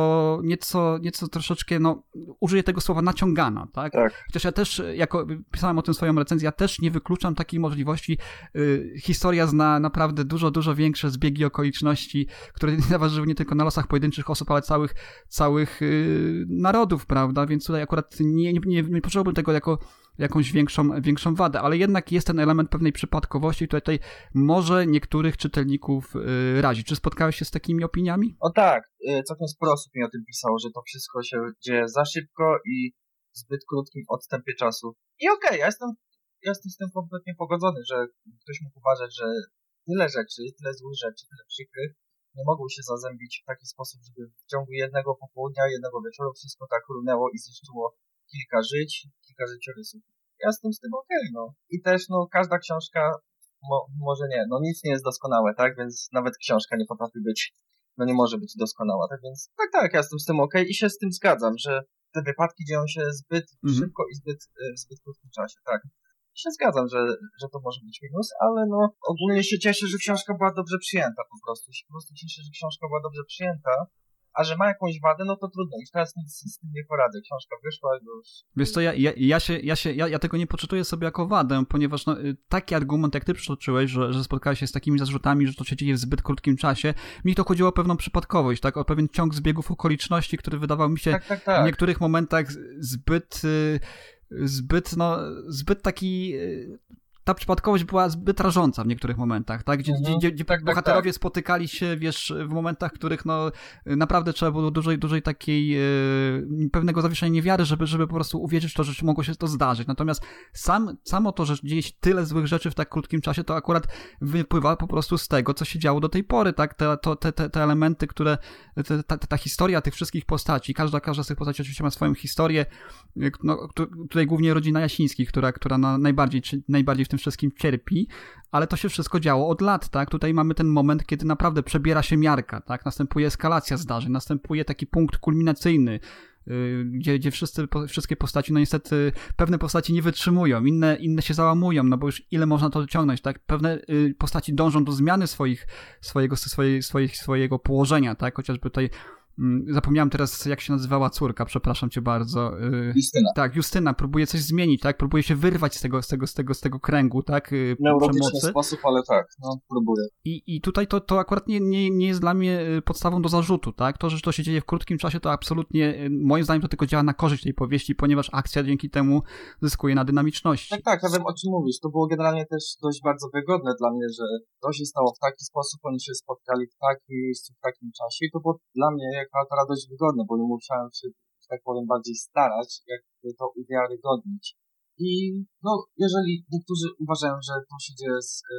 nieco troszeczkę, użyję tego słowa, naciągana, tak? Chociaż ja też, jako pisałem o tym swoją recenzję, ja też nie wykluczam takiej możliwości. Historia zna naprawdę dużo większe zbiegi okoliczności, które nie zaważyły nie tylko na losach pojedynczych osób, ale całych narodów, prawda? Więc tutaj akurat nie poczułbym tego jako jakąś większą wadę, ale jednak jest ten element pewnej przypadkowości, który tutaj może niektórych czytelników razi. Czy spotkałeś się z takimi opiniami? O tak, całkiem sporo osób mi o tym pisało, że to wszystko się dzieje za szybko i w zbyt krótkim odstępie czasu. I okej, ja jestem z tym kompletnie pogodzony, że ktoś mógł uważać, że tyle rzeczy, tyle złych rzeczy, tyle przykrych nie mogło się zazębić w taki sposób, żeby w ciągu jednego popołudnia, jednego wieczoru wszystko tak runęło i zniszczyło kilka życiorysów. Ja jestem z tym okej, I też, każda książka, może nie, nic nie jest doskonałe, tak? Więc nawet książka nie potrafi być, nie może być doskonała, tak? Więc tak, ja jestem z tym okej i się z tym zgadzam, że te wypadki dzieją się zbyt szybko i w zbyt krótkim czasie, tak? I się zgadzam, że to może być minus, ale ogólnie się cieszę, że książka była dobrze przyjęta po prostu. Się po prostu cieszę, że książka była dobrze przyjęta. A że ma jakąś wadę, to trudno. I teraz nic z tym nie poradzę. Książka wyszła już. Wiesz co, ja tego nie poczytuję sobie jako wadę, ponieważ taki argument, jak ty przytoczyłeś, że spotkałeś się z takimi zarzutami, że to się dzieje w zbyt krótkim czasie, mi to chodziło o pewną przypadkowość, tak? O pewien ciąg zbiegów okoliczności, który wydawał mi się w niektórych momentach zbyt taki... Ta przypadkowość była zbyt rażąca w niektórych momentach, tak? Gdzie bohaterowie spotykali się, w momentach, w których naprawdę trzeba było dużej takiej pewnego zawieszenia niewiary, żeby po prostu uwierzyć w to, że mogło się to zdarzyć. Natomiast samo to, że dzieje się tyle złych rzeczy w tak krótkim czasie, to akurat wypływa po prostu z tego, co się działo do tej pory, tak? Te elementy, które ta historia tych wszystkich postaci, każda z tych postaci oczywiście ma swoją historię, tutaj głównie rodzina Jasińskich, która najbardziej w tym wszystkim cierpi, ale to się wszystko działo od lat, tak? Tutaj mamy ten moment, kiedy naprawdę przebiera się miarka, tak? Następuje eskalacja zdarzeń, następuje taki punkt kulminacyjny, gdzie wszystkie postaci, niestety pewne postaci nie wytrzymują, inne się załamują, bo już ile można to ciągnąć, tak? Pewne postaci dążą do zmiany swojego położenia, tak? Chociażby tutaj Zapomniałem teraz, jak się nazywała córka, przepraszam cię bardzo. Justyna. Tak, Justyna próbuje coś zmienić, tak? Próbuje się wyrwać z tego kręgu, tak? Neurotyczny sposób, ale tak, próbuje. I tutaj to akurat nie jest dla mnie podstawą do zarzutu, tak? To, że to się dzieje w krótkim czasie, to absolutnie, moim zdaniem, to tylko działa na korzyść tej powieści, ponieważ akcja dzięki temu zyskuje na dynamiczności. Tak, ja wiem, o czym mówisz. To było generalnie też dość bardzo wygodne dla mnie, że to się stało w taki sposób, oni się spotkali w takim miejscu, w takim czasie i to było dla mnie jako autora dość wygodne, bo nie musiałem się, że tak powiem, bardziej starać, jakby to uwiarygodnić. I jeżeli niektórzy uważają, że to się dzieje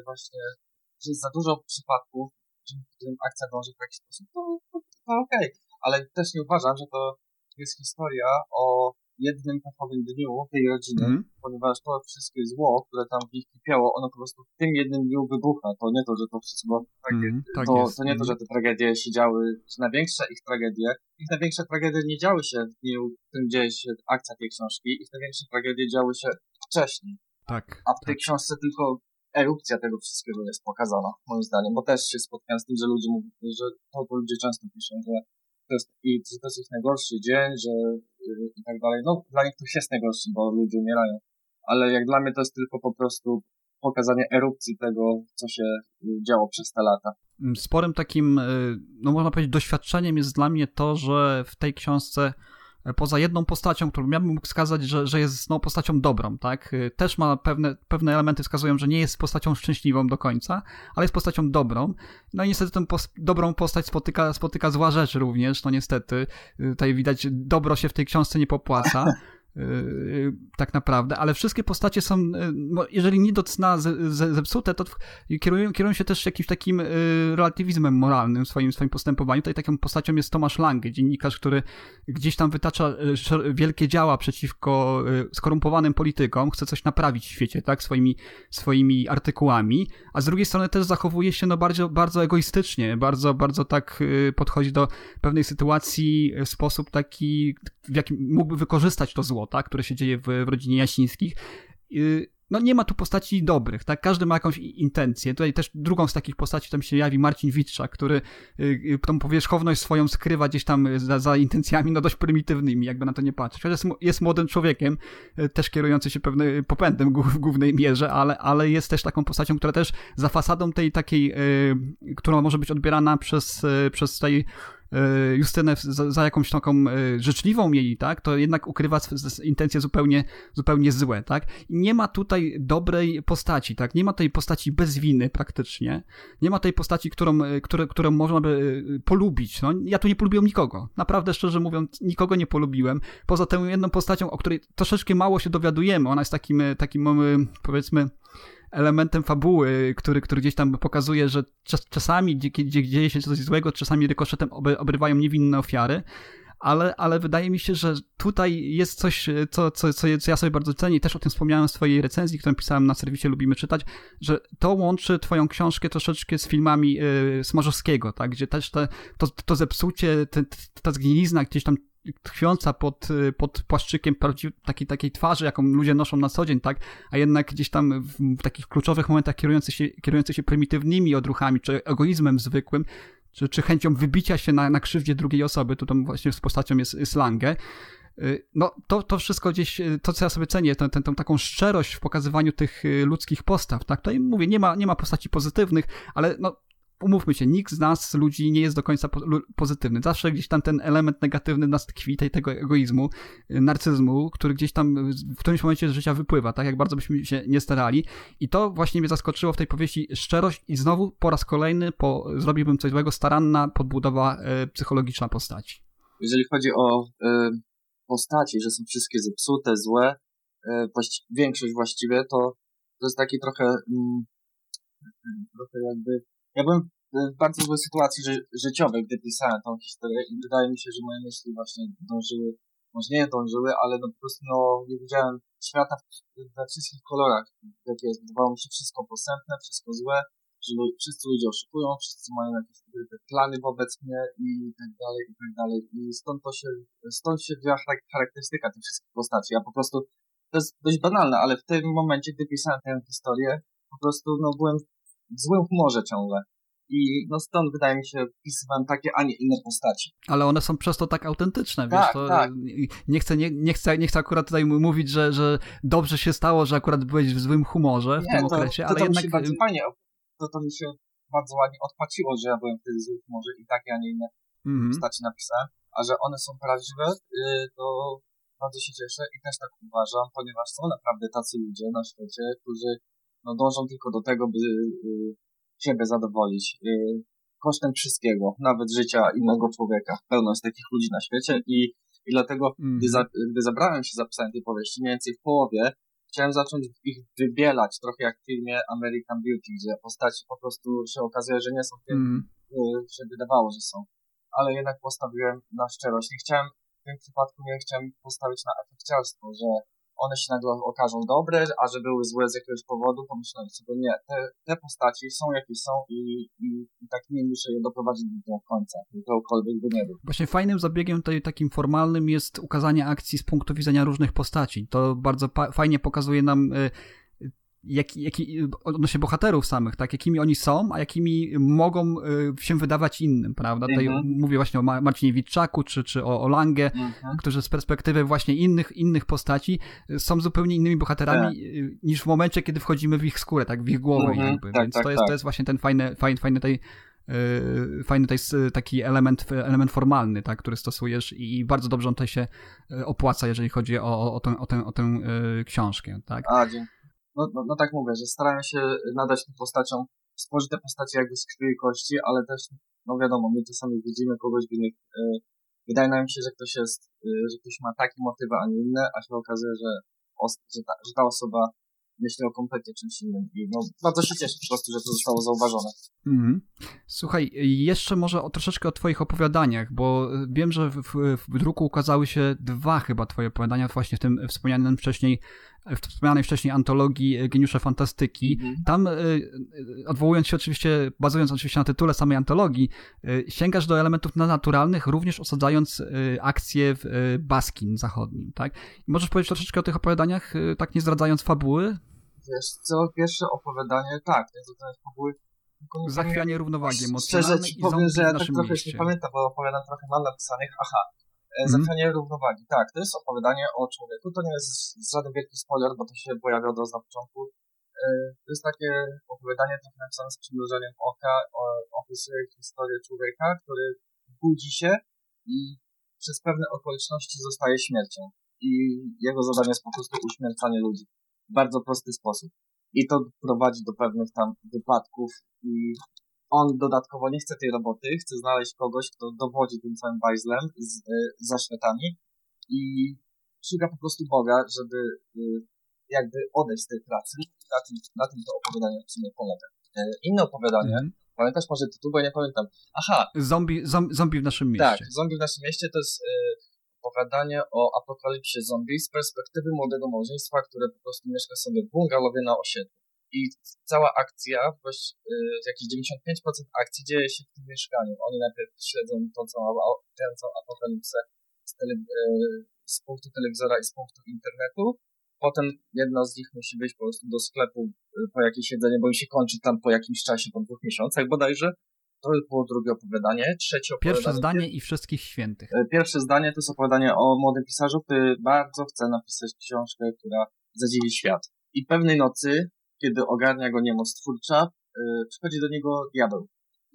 że jest za dużo przypadków, w którym akcja dąży w taki sposób, to okej. Ale też nie uważam, że to jest historia o jednym pechowym dniu tej rodziny, ponieważ to wszystkie zło, które tam w nich kipiało, ono po prostu w tym jednym dniu wybucha. To nie to, że to wszystko to nie to, że te tragedie się działy, że ich największe tragedie nie działy się w dniu, w którym dzieje się akcja tej książki, ich największe tragedie działy się wcześniej. Tak. A w tej książce tylko erupcja tego wszystkiego jest pokazana, moim zdaniem, bo też się spotkałem z tym, że ludzie mówią, że to ludzie często piszą, że to jest ich najgorszy dzień, że i tak dalej. No, dla nich to jest najgorszy, bo ludzie umierają. Ale jak dla mnie to jest tylko po prostu pokazanie erupcji tego, co się działo przez te lata. Sporym takim, można powiedzieć, doświadczeniem jest dla mnie to, że w tej książce poza jedną postacią, którą ja bym mógł wskazać, że jest postacią dobrą, tak? Też ma pewne elementy wskazują, że nie jest postacią szczęśliwą do końca, ale jest postacią dobrą. No i niestety tę dobrą postać spotyka zła rzecz również, no niestety. Tutaj widać, dobro się w tej książce nie popłaca. Tak naprawdę, ale wszystkie postacie są, jeżeli nie do cna zepsute, to kierują się też jakimś takim relatywizmem moralnym w swoim postępowaniu. Tutaj taką postacią jest Tomasz Lange, dziennikarz, który gdzieś tam wytacza wielkie działa przeciwko skorumpowanym politykom, chce coś naprawić w świecie, tak, swoimi artykułami, a z drugiej strony też zachowuje się bardzo, bardzo egoistycznie, bardzo, bardzo tak podchodzi do pewnej sytuacji w sposób taki, w jakim mógłby wykorzystać to zło, tak, które się dzieje w rodzinie Jasińskich. No nie ma tu postaci dobrych, tak, każdy ma jakąś intencję. Tutaj też drugą z takich postaci tam się jawi Marcin Wittrzak, który tą powierzchowność swoją skrywa gdzieś tam za intencjami dość prymitywnymi, jakby na to nie patrzeć. Chociaż jest młodym człowiekiem, też kierujący się pewnym popędem w głównej mierze, ale jest też taką postacią, która też za fasadą tej takiej, która może być odbierana przez tej Justynę za jakąś taką życzliwą jej, tak, to jednak ukrywa intencje zupełnie złe, tak. I nie ma tutaj dobrej postaci, tak, nie ma tej postaci bez winy praktycznie, nie ma tej postaci, którą można by polubić, no, ja tu nie polubiłem nikogo, naprawdę szczerze mówiąc, nikogo nie polubiłem, poza tą jedną postacią, o której troszeczkę mało się dowiadujemy, ona jest takim powiedzmy elementem fabuły, który gdzieś tam pokazuje, że czasami, gdzie dzieje się coś złego, czasami rykoszetem obrywają niewinne ofiary, ale wydaje mi się, że tutaj jest coś, co ja sobie bardzo cenię i też o tym wspomniałem w swojej recenzji, którą pisałem na serwisie Lubimy Czytać, że to łączy twoją książkę troszeczkę z filmami Smarzowskiego, tak, gdzie też to zepsucie, ta zgnilizna gdzieś tam tkwiąca pod płaszczykiem takiej twarzy, jaką ludzie noszą na co dzień, tak, a jednak gdzieś tam w takich kluczowych momentach kierujący się prymitywnymi odruchami, czy egoizmem zwykłym, czy chęcią wybicia się na krzywdzie drugiej osoby, tu tam właśnie z postacią jest Lange. No, to wszystko gdzieś, to co ja sobie cenię, tą taką szczerość w pokazywaniu tych ludzkich postaw, tak, tutaj mówię, nie ma postaci pozytywnych, ale no, umówmy się, nikt z nas, ludzi, nie jest do końca pozytywny. Zawsze gdzieś tam ten element negatywny nas tkwi, tego egoizmu, narcyzmu, który gdzieś tam w którymś momencie z życia wypływa, tak jak bardzo byśmy się nie starali. I to właśnie mnie zaskoczyło w tej powieści, szczerość i znowu po raz kolejny, zrobiłbym coś złego, staranna podbudowa psychologiczna postaci. Jeżeli chodzi o postaci, że są wszystkie zepsute, złe, większość właściwie, to jest taki trochę jakby... Ja byłem w bardzo złej sytuacji życiowej, gdy pisałem tą historię i wydaje mi się, że moje myśli właśnie dążyły, może nie dążyły, ale no po prostu nie widziałem świata we wszystkich kolorach, jakie jest. Wydawało mi się wszystko posępne, wszystko złe, że wszyscy ludzie oszukują, wszyscy mają jakieś plany wobec mnie i tak dalej, i tak dalej. I stąd się wzięła charakterystyka tych wszystkich postaci. Ja po prostu, to jest dość banalne, ale w tym momencie, gdy pisałem tę historię, po prostu byłem w złym humorze ciągle. I no stąd wydaje mi się wpisywałem takie, a nie inne postaci. Ale one są przez to tak autentyczne, tak, wiesz, to tak. Nie chcę akurat tutaj mówić, że dobrze się stało, że akurat byłeś w złym humorze w tym okresie, ale jednak... Mi się bardzo fajnie, to mi się bardzo ładnie odpłaciło, że ja byłem wtedy w złym humorze i takie, a nie inne postaci napisałem, a że one są prawdziwe, to bardzo się cieszę i też tak uważam, ponieważ są naprawdę tacy ludzie na świecie, którzy no, dążą tylko do tego, by siebie zadowolić kosztem wszystkiego, nawet życia innego człowieka. Pełno jest takich ludzi na świecie i dlatego, gdy zabrałem się za pisanie tej powieści, mniej więcej w połowie, chciałem zacząć ich wybielać, trochę jak w filmie American Beauty, gdzie postaci po prostu się okazuje, że nie są tym, się wydawało, że są. Ale jednak postawiłem na szczerość. W tym przypadku nie chciałem postawić na efekciarstwo, że one się nagle okażą dobre, a że były złe z jakiegoś powodu, pomyślałem sobie, nie, te postaci są jakie są i tak nie muszę je doprowadzić do końca, ktokolwiek by nie był. Właśnie fajnym zabiegiem tutaj takim formalnym jest ukazanie akcji z punktu widzenia różnych postaci. To bardzo fajnie pokazuje nam odnośnie bohaterów samych, tak, jakimi oni są, a jakimi mogą się wydawać innym, prawda? Tutaj mówię właśnie o Marcinie Witczaku, czy o Lange, którzy z perspektywy właśnie innych postaci są zupełnie innymi bohaterami niż w momencie, kiedy wchodzimy w ich skórę, tak, w ich głowę jakby, więc to jest właśnie ten fajny taki element formalny, tak, który stosujesz i bardzo dobrze on tutaj się opłaca, jeżeli chodzi o tę książkę, tak? No tak mówię, że starałem się nadać tym postaciom, stworzyć te postacie jakby z krwi i kości, ale też, no wiadomo, my czasami widzimy kogoś w innych, wydaje nam się, że ktoś ma takie motywy, a nie inne, a się okazuje, że ta osoba myśli o kompletnie czymś innym i no bardzo się cieszę po prostu, że to zostało zauważone. Słuchaj, jeszcze może troszeczkę o twoich opowiadaniach, bo wiem, że w druku ukazały się 2 chyba twoje opowiadania właśnie w tym wspomnianej wcześniej antologii Geniusze Fantastyki. Tam bazując oczywiście na tytule samej antologii, sięgasz do elementów nadnaturalnych, również osadzając akcję w Baskin zachodnim, tak? Możesz powiedzieć troszeczkę o tych opowiadaniach, tak nie zdradzając fabuły? Wiesz co, pierwsze opowiadanie, tak, nie zdradzając fabuły. Zachwianie równowagi emocjonalnej. Szczerze ci powiem, że ja tak trochę nie pamiętam, bo opowiadam trochę mam napisanych. Zachwianie równowagi. Tak, to jest opowiadanie o człowieku. To nie jest żaden wielki spoiler, bo to się pojawia od razu na początku. To jest takie opowiadanie trochę napisane z przymrużeniem oka. Opisuje historię człowieka, który budzi się i przez pewne okoliczności zostaje śmiercią. I jego zadanie jest po prostu uśmiercanie ludzi. W bardzo prosty sposób. I to prowadzi do pewnych tam wypadków i on dodatkowo nie chce tej roboty, chce znaleźć kogoś, kto dowodzi tym całym bajzlem za światami i szuka po prostu Boga, żeby jakby odejść z tej pracy. Na tym to opowiadanie w sumie polega. Inne opowiadanie, pamiętasz może tytuł, bo ja nie pamiętam. Zombie w naszym mieście. Tak, Zombie w naszym mieście to jest opowiadanie o apokalipsie zombie z perspektywy młodego małżeństwa, które po prostu mieszka sobie w bungalowie na osiedlu. I cała akcja, jakieś 95% akcji dzieje się w tym mieszkaniu. Oni najpierw śledzą tę całą apokalipsę z punktu telewizora i z punktu internetu. Potem jedna z nich musi wyjść po prostu do sklepu po jakieś jedzenie, bo im się kończy tam po jakimś czasie, po 2 miesiącach bodajże. To było drugie opowiadanie. Trzecie opowiadanie. Pierwsze zdanie i Wszystkich Świętych. Pierwsze zdanie to jest opowiadanie o młodym pisarzu, który bardzo chce napisać książkę, która zadziwi świat. I pewnej nocy, kiedy ogarnia go niemoc twórcza, przychodzi do niego diabeł.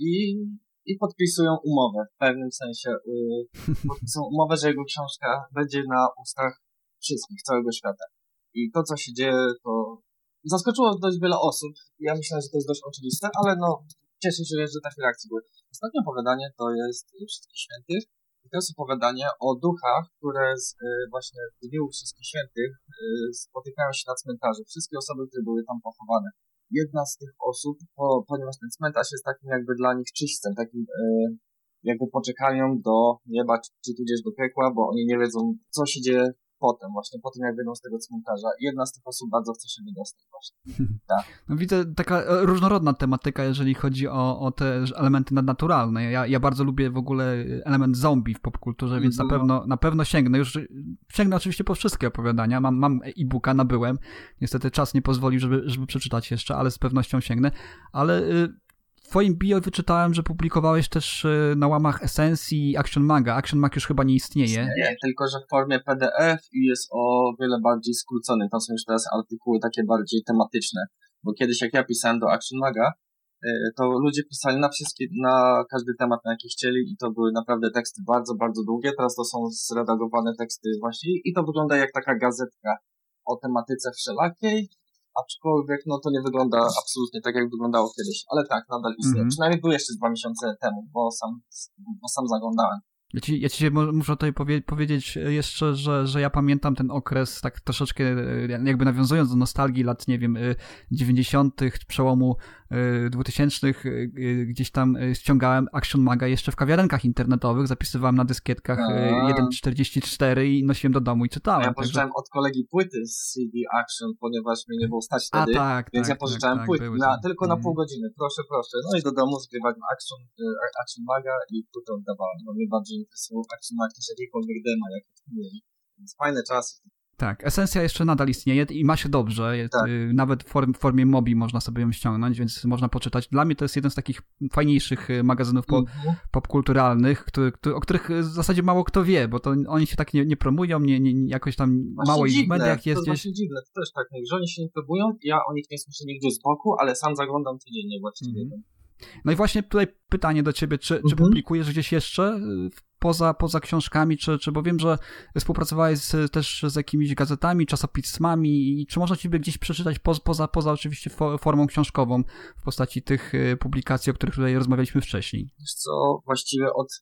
I podpisują umowę. W pewnym sensie podpisują umowę, że jego książka będzie na ustach wszystkich, całego świata. I to, co się dzieje, to zaskoczyło dość wiele osób. Ja myślę, że to jest dość oczywiste, ale no cieszę się, że takie reakcje były. Ostatnie opowiadanie to jest Wszystkich Świętych. I to jest opowiadanie o duchach, które właśnie w dniu Wszystkich Świętych spotykają się na cmentarzu. Wszystkie osoby, które były tam pochowane. Jedna z tych osób, ponieważ ten cmentarz jest takim jakby dla nich czyśćcem, takim jakby poczekalnią do nieba, czy tudzież do piekła, bo oni nie wiedzą, co się dzieje potem, właśnie po tym, jak wyjdą z tego cmentarza. Jedna z tych osób bardzo chce się wydostać właśnie. Tak. No widzę taka różnorodna tematyka, jeżeli chodzi o te elementy nadnaturalne. Ja bardzo lubię w ogóle element zombie w popkulturze, więc na pewno sięgnę. Już sięgnę oczywiście po wszystkie opowiadania. Mam e-booka, nabyłem. Niestety czas nie pozwolił, żeby przeczytać jeszcze, ale z pewnością sięgnę. Ale w twoim bio wyczytałem, że publikowałeś też na łamach Essencji Action Maga. Action Mag już chyba nie istnieje. Nie, tylko że w formie PDF i jest o wiele bardziej skrócony. To są już teraz artykuły takie bardziej tematyczne. Bo kiedyś jak ja pisałem do Action Maga, to ludzie pisali na każdy temat, na jaki chcieli i to były naprawdę teksty bardzo, bardzo długie. Teraz to są zredagowane teksty właśnie i to wygląda jak taka gazetka o tematyce wszelakiej, aczkolwiek no to nie wygląda absolutnie tak, jak wyglądało kiedyś. Ale tak, nadal istnieje. Przynajmniej był jeszcze 2 miesiące temu, bo sam zaglądałem. Ja ci muszę tutaj powiedzieć jeszcze, że ja pamiętam ten okres tak troszeczkę jakby nawiązując do nostalgii lat, nie wiem, 90., przełomu 2000, gdzieś tam ściągałem Action Maga jeszcze w kawiarenkach internetowych, zapisywałem na dyskietkach 1.44 i nosiłem do domu i czytałem. Ja pożyczałem od kolegi płyty z CD Action, ponieważ mnie nie było stać wtedy, więc ja pożyczałem płyty tylko na pół godziny. Proszę. No i do domu zgrywałem Action Maga i płytę oddawałem. No mnie bardziej interesował Action Mag niż jakikolwiek demo, jak mieli. Więc fajne czasy. Tak, Esencja jeszcze nadal istnieje i ma się dobrze. Tak. Nawet w formie Mobi można sobie ją ściągnąć, więc można poczytać. Dla mnie to jest jeden z takich fajniejszych magazynów popkulturalnych, o których w zasadzie mało kto wie, bo to oni się tak nie promują, jakoś tam właśnie mało ich w mediach jest gdzieś. To gdzieś. właśnie dziwne, to też tak, że oni się nie promują, ja o nich nie słyszę nigdzie z boku, ale sam zaglądam codziennie właściwie. No i właśnie tutaj pytanie do ciebie, czy publikujesz gdzieś jeszcze poza książkami, czy bo wiem, że współpracowałeś też z jakimiś gazetami, czasopismami i czy można ciebie gdzieś przeczytać poza oczywiście formą książkową w postaci tych publikacji, o których tutaj rozmawialiśmy wcześniej? Wiesz co, właściwie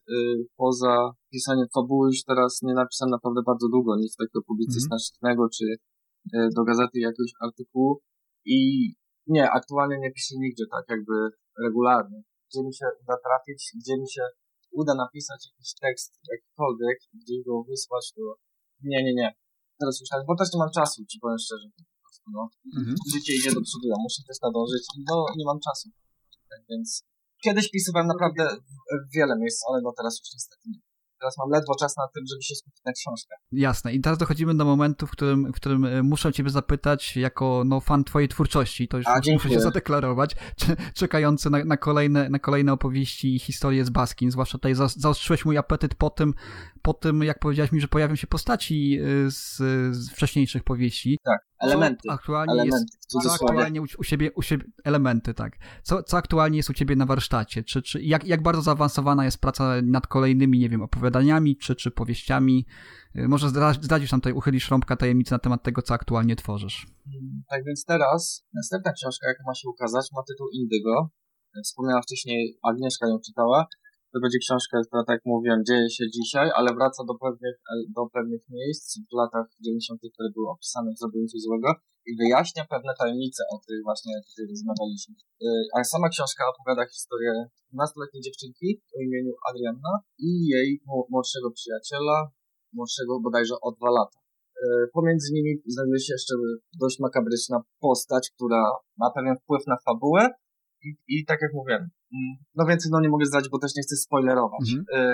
poza pisaniem fabuły już teraz nie napisałem naprawdę bardzo długo, nic takiego publicystycznego, czy do gazety jakiegoś artykułu i nie, aktualnie nie piszę nigdzie tak jakby regularnie. Gdzie mi się uda trafić, gdzie mi się uda napisać jakiś tekst, jakikolwiek, gdzie go wysłać, to nie. Teraz już tak, bo też nie mam czasu, ci powiem szczerze, po prostu, no. Życie idzie do przodu, ja muszę też nadążyć, no nie mam czasu. Tak więc kiedyś pisywałem naprawdę w wiele miejsc, ale no teraz już niestety nie. Teraz mam ledwo czas na tym, żeby się skupić na książkach. Jasne. I teraz dochodzimy do momentu, w którym muszę ciebie zapytać, jako fan twojej twórczości, to już muszę się zadeklarować, czekający na kolejne opowieści i historie z Baskin. Zwłaszcza tutaj zaostrzyłeś mój apetyt po tym, jak powiedziałeś mi, że pojawią się postaci z wcześniejszych powieści. Tak, elementy. Aktualnie u siebie elementy, tak. Co aktualnie jest u ciebie na warsztacie? Czy jak bardzo zaawansowana jest praca nad kolejnymi, nie wiem, opowiadaniami, czy powieściami? Może zdradzisz nam tutaj, uchylisz rąbka tajemnicy na temat tego, co aktualnie tworzysz. Tak więc teraz następna książka, jaka ma się ukazać, ma tytuł Indygo. Wspomniała wcześniej, Agnieszka ją czytała. To będzie książka, która, tak jak mówiłem, dzieje się dzisiaj, ale wraca do pewnych miejsc w latach 90., które były opisane w Zrobieniu coś złego i wyjaśnia pewne tajemnice, o których właśnie tutaj rozmawialiśmy. A sama książka opowiada historię 12-letniej dziewczynki o imieniu Adrianna i jej młodszego przyjaciela, młodszego bodajże o 2 lata. Pomiędzy nimi znajduje się jeszcze dość makabryczna postać, która ma pewien wpływ na fabułę i tak jak mówiłem, no więcej nie mogę zdradzić, bo też nie chcę spoilerować.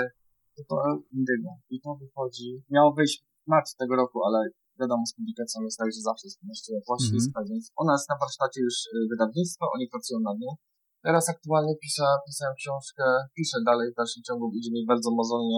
To Indygo. I to wychodzi, miało wyjść w marcu tego roku, ale wiadomo, z publikacją jest tak, że zawsze jest jeszcze poślizg, więc ona jest na warsztacie już wydawnictwa, oni pracują nad nią. Teraz aktualnie pisałem książkę, piszę dalej w dalszym ciągu, idzie mi bardzo mozolnie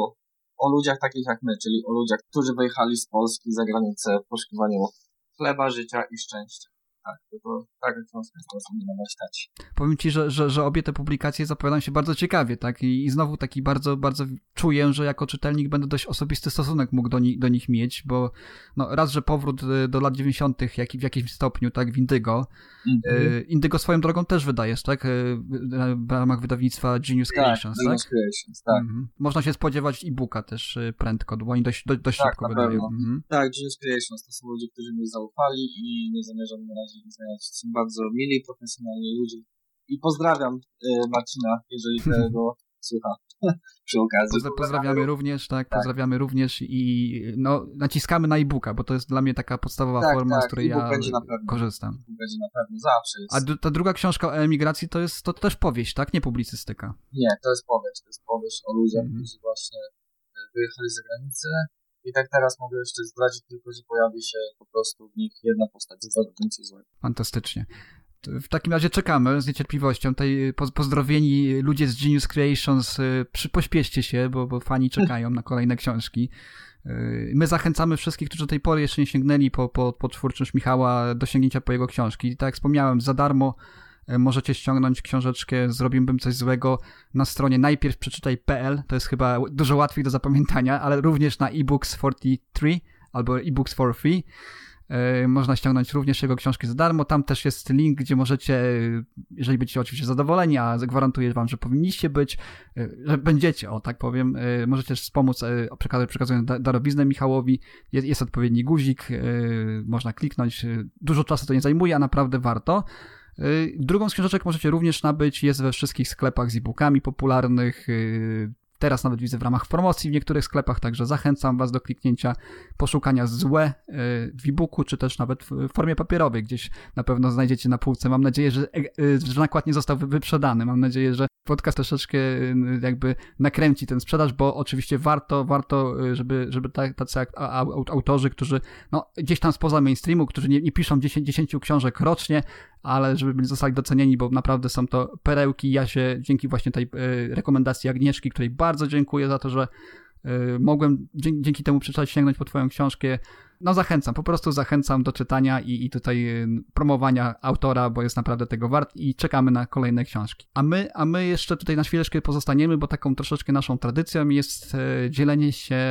o ludziach takich jak my, czyli o ludziach, którzy wyjechali z Polski za granicę w poszukiwaniu chleba, życia i szczęścia. Tak, to taka książka jest teraz na warsztacie. Powiem ci, że obie te publikacje zapowiadają się bardzo ciekawie, tak? I znowu taki bardzo, bardzo czuję, że jako czytelnik będę dość osobisty stosunek mógł do nich mieć, bo no raz, że powrót do lat 90., w jakimś stopniu, tak, w Indygo. Indygo swoją drogą też wydajesz, tak? W ramach wydawnictwa Genius Creations, tak? Genius Creations, tak. Można się spodziewać e-booka też prędko, bo oni dość szybko wydają. Tak, Genius Creations to są ludzie, którzy mi zaufali i nie zamierzam na razie zmieniać. Są bardzo mili, profesjonalni ludzie. I pozdrawiam Marcina, jeżeli tego słucha przy okazji. Pozdrawiamy również, tak, pozdrawiamy również i no, naciskamy na e-booka, bo to jest dla mnie taka podstawowa forma, z której ja korzystam. Będzie na pewno, zawsze jest. A ta druga książka o emigracji to też powieść, tak? Nie publicystyka. Nie, to jest powieść o ludziach, którzy właśnie wyjechali za granicę. I tak teraz mogę jeszcze zdradzić tylko, że pojawi się po prostu w nich jedna postać z Zrobieniu coś złego. Fantastycznie. W takim razie czekamy z niecierpliwością. Tutaj pozdrowieni ludzie z Genius Creations, pośpieszcie się, bo fani czekają na kolejne książki. My zachęcamy wszystkich, którzy do tej pory jeszcze nie sięgnęli po twórczość Michała, do sięgnięcia po jego książki. Tak jak wspomniałem, za darmo możecie ściągnąć książeczkę Zrobiłbym coś złego na stronie najpierw przeczytaj.pl, to jest chyba dużo łatwiej do zapamiętania, ale również na eBooks 43 albo eBooks for free. Można ściągnąć również jego książki za darmo. Tam też jest link, gdzie możecie, jeżeli będziecie oczywiście zadowoleni, a gwarantuję wam, że powinniście być, że będziecie, tak powiem, możecie też wspomóc, przekazując darowiznę Michałowi. Jest odpowiedni guzik, można kliknąć. Dużo czasu to nie zajmuje, a naprawdę warto. Drugą z książeczek możecie również nabyć, jest we wszystkich sklepach z e-bookami popularnych. Teraz nawet widzę w ramach promocji w niektórych sklepach, także zachęcam was do kliknięcia, poszukania Złe w e-booku, czy też nawet w formie papierowej. Gdzieś na pewno znajdziecie na półce. Mam nadzieję, że nakład nie został wyprzedany. Mam nadzieję, że podcast troszeczkę jakby nakręci ten sprzedaż, bo oczywiście warto, żeby tacy autorzy, którzy gdzieś tam spoza mainstreamu, którzy nie piszą 10 książek rocznie, ale żeby zostali docenieni, bo naprawdę są to perełki. Ja się dzięki właśnie tej rekomendacji Agnieszki, której bardzo dziękuję za to, że mogłem dzięki temu przeczytać, sięgnąć po twoją książkę. Po prostu zachęcam do czytania i tutaj promowania autora, bo jest naprawdę tego wart i czekamy na kolejne książki. A my jeszcze tutaj na chwileczkę pozostaniemy, bo taką troszeczkę naszą tradycją jest dzielenie się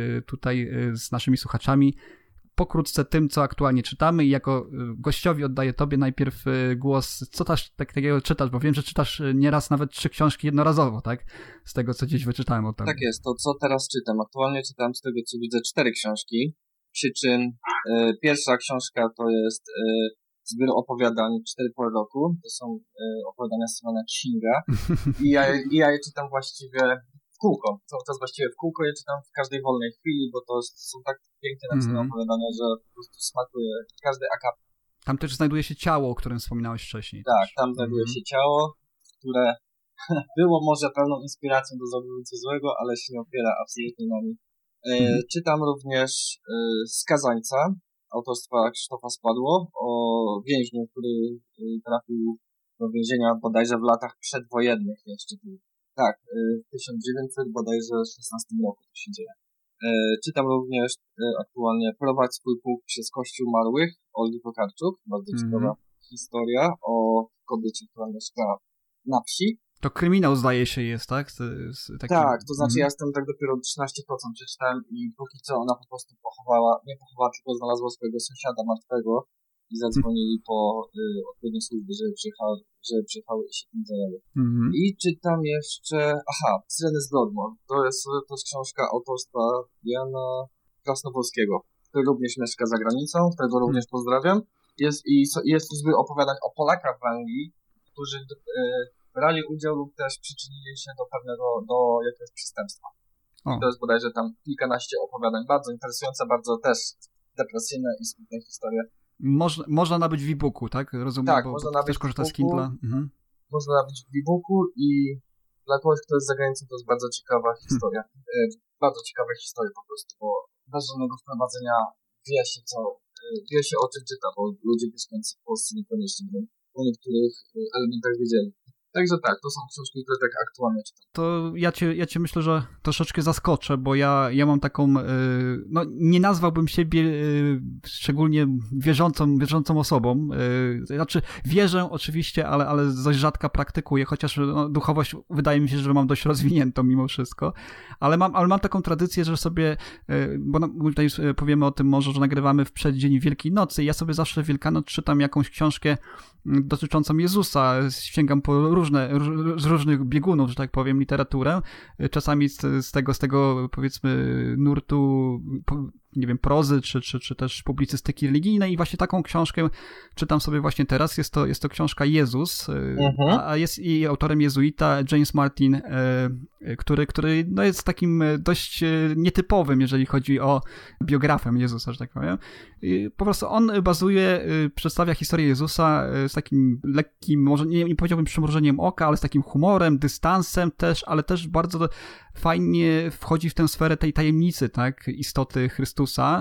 tutaj z naszymi słuchaczami pokrótce tym, co aktualnie czytamy i jako gościowi oddaję tobie najpierw głos. Co takiego czytasz? Bo wiem, że czytasz nieraz nawet 3 książki jednorazowo, tak? Z tego, co gdzieś wyczytałem o tobie. Tak jest, to co teraz czytam? Aktualnie czytam z tego, co widzę 4 książki. Przyczyn pierwsza książka to jest zbiór opowiadań 4 po roku. To są opowiadania Stephena Kinga. I ja je czytam właściwie w kółko. Cały czas właściwie w kółko je czytam w każdej wolnej chwili, bo to są tak pięknie napisane opowiadania, że po prostu smakuje każdy akapit. Tam też znajduje się ciało, o którym wspominałeś wcześniej. Tak, tam znajduje się ciało, które było może pewną inspiracją do Zrobienia coś złego, ale się nie opiera absolutnie na nim. Czytam również Skazańca autorstwa Krzysztofa Spadło o więźniu, który trafił do więzienia bodajże w latach przedwojennych jeszcze. Tak, w 1900 bodajże 16 roku to się dzieje. Czytam również aktualnie Prowadź swój pułk przez Kościół Marłych Olgi Tokarczuk. Bardzo ciekawa historia o kobiecie, która mieszka na wsi. To kryminał zdaje się jest, tak? Tak, to znaczy ja jestem tak dopiero 13% przeczytałem i póki co ona po prostu nie pochowała, tylko znalazła swojego sąsiada martwego i zadzwonili po odpowiednie służby, żeby przyjechały i się tym zajęły. I czytam jeszcze, Syreny z Broadmoor. To jest książka autorstwa Jana Krasnopolskiego, który również mieszka za granicą, którego również pozdrawiam. Jest to zbiór opowiadań o Polakach w Anglii, którzy brali udział lub też przyczynili się do jakiegoś przestępstwa. To jest bodajże tam kilkanaście opowiadań, bardzo interesujące, bardzo też depresyjne i smutne historie. Można nabyć w e-booku, tak? Rozumiem, tak, bo można nabyć też korzysta z Kindla. Można nabyć w e-booku i dla kogoś, kto jest za granicą, to jest bardzo ciekawa historia. Bardzo ciekawe historie po prostu, bo bez żadnego wprowadzenia wie się o czym czyta, bo ludzie mieszkający w Polsce niekoniecznie o niektórych elementach wiedzieli. Także tak, to są książki, które tak aktualnie czytam. To ja cię myślę, że troszeczkę zaskoczę, bo ja mam taką, nie nazwałbym siebie szczególnie wierzącą osobą. Znaczy wierzę oczywiście, ale dość rzadko praktykuję, chociaż duchowość wydaje mi się, że mam dość rozwiniętą mimo wszystko. Ale mam taką tradycję, że sobie, bo tutaj powiemy o tym może, że nagrywamy w przeddzień Wielkiej Nocy. Ja sobie zawsze w Wielkanoc czytam jakąś książkę dotyczącą Jezusa. Sięgam po z różnych biegunów, że tak powiem, literaturę. Czasami z tego powiedzmy nurtu, nie wiem, prozy, czy też publicystyki religijnej i właśnie taką książkę czytam sobie właśnie teraz. Jest to książka Jezus, a jest jej autorem jezuita James Martin, który jest takim dość nietypowym, nie chodzi o biografię Jezusa, że tak powiem. I po prostu on przedstawia historię Jezusa z takim lekkim, może nie powiedziałbym przymrużeniem oka, ale z takim humorem, dystansem też, ale też bardzo fajnie wchodzi w tę sferę tej tajemnicy, tak, istoty Chrystusa, Chrystusa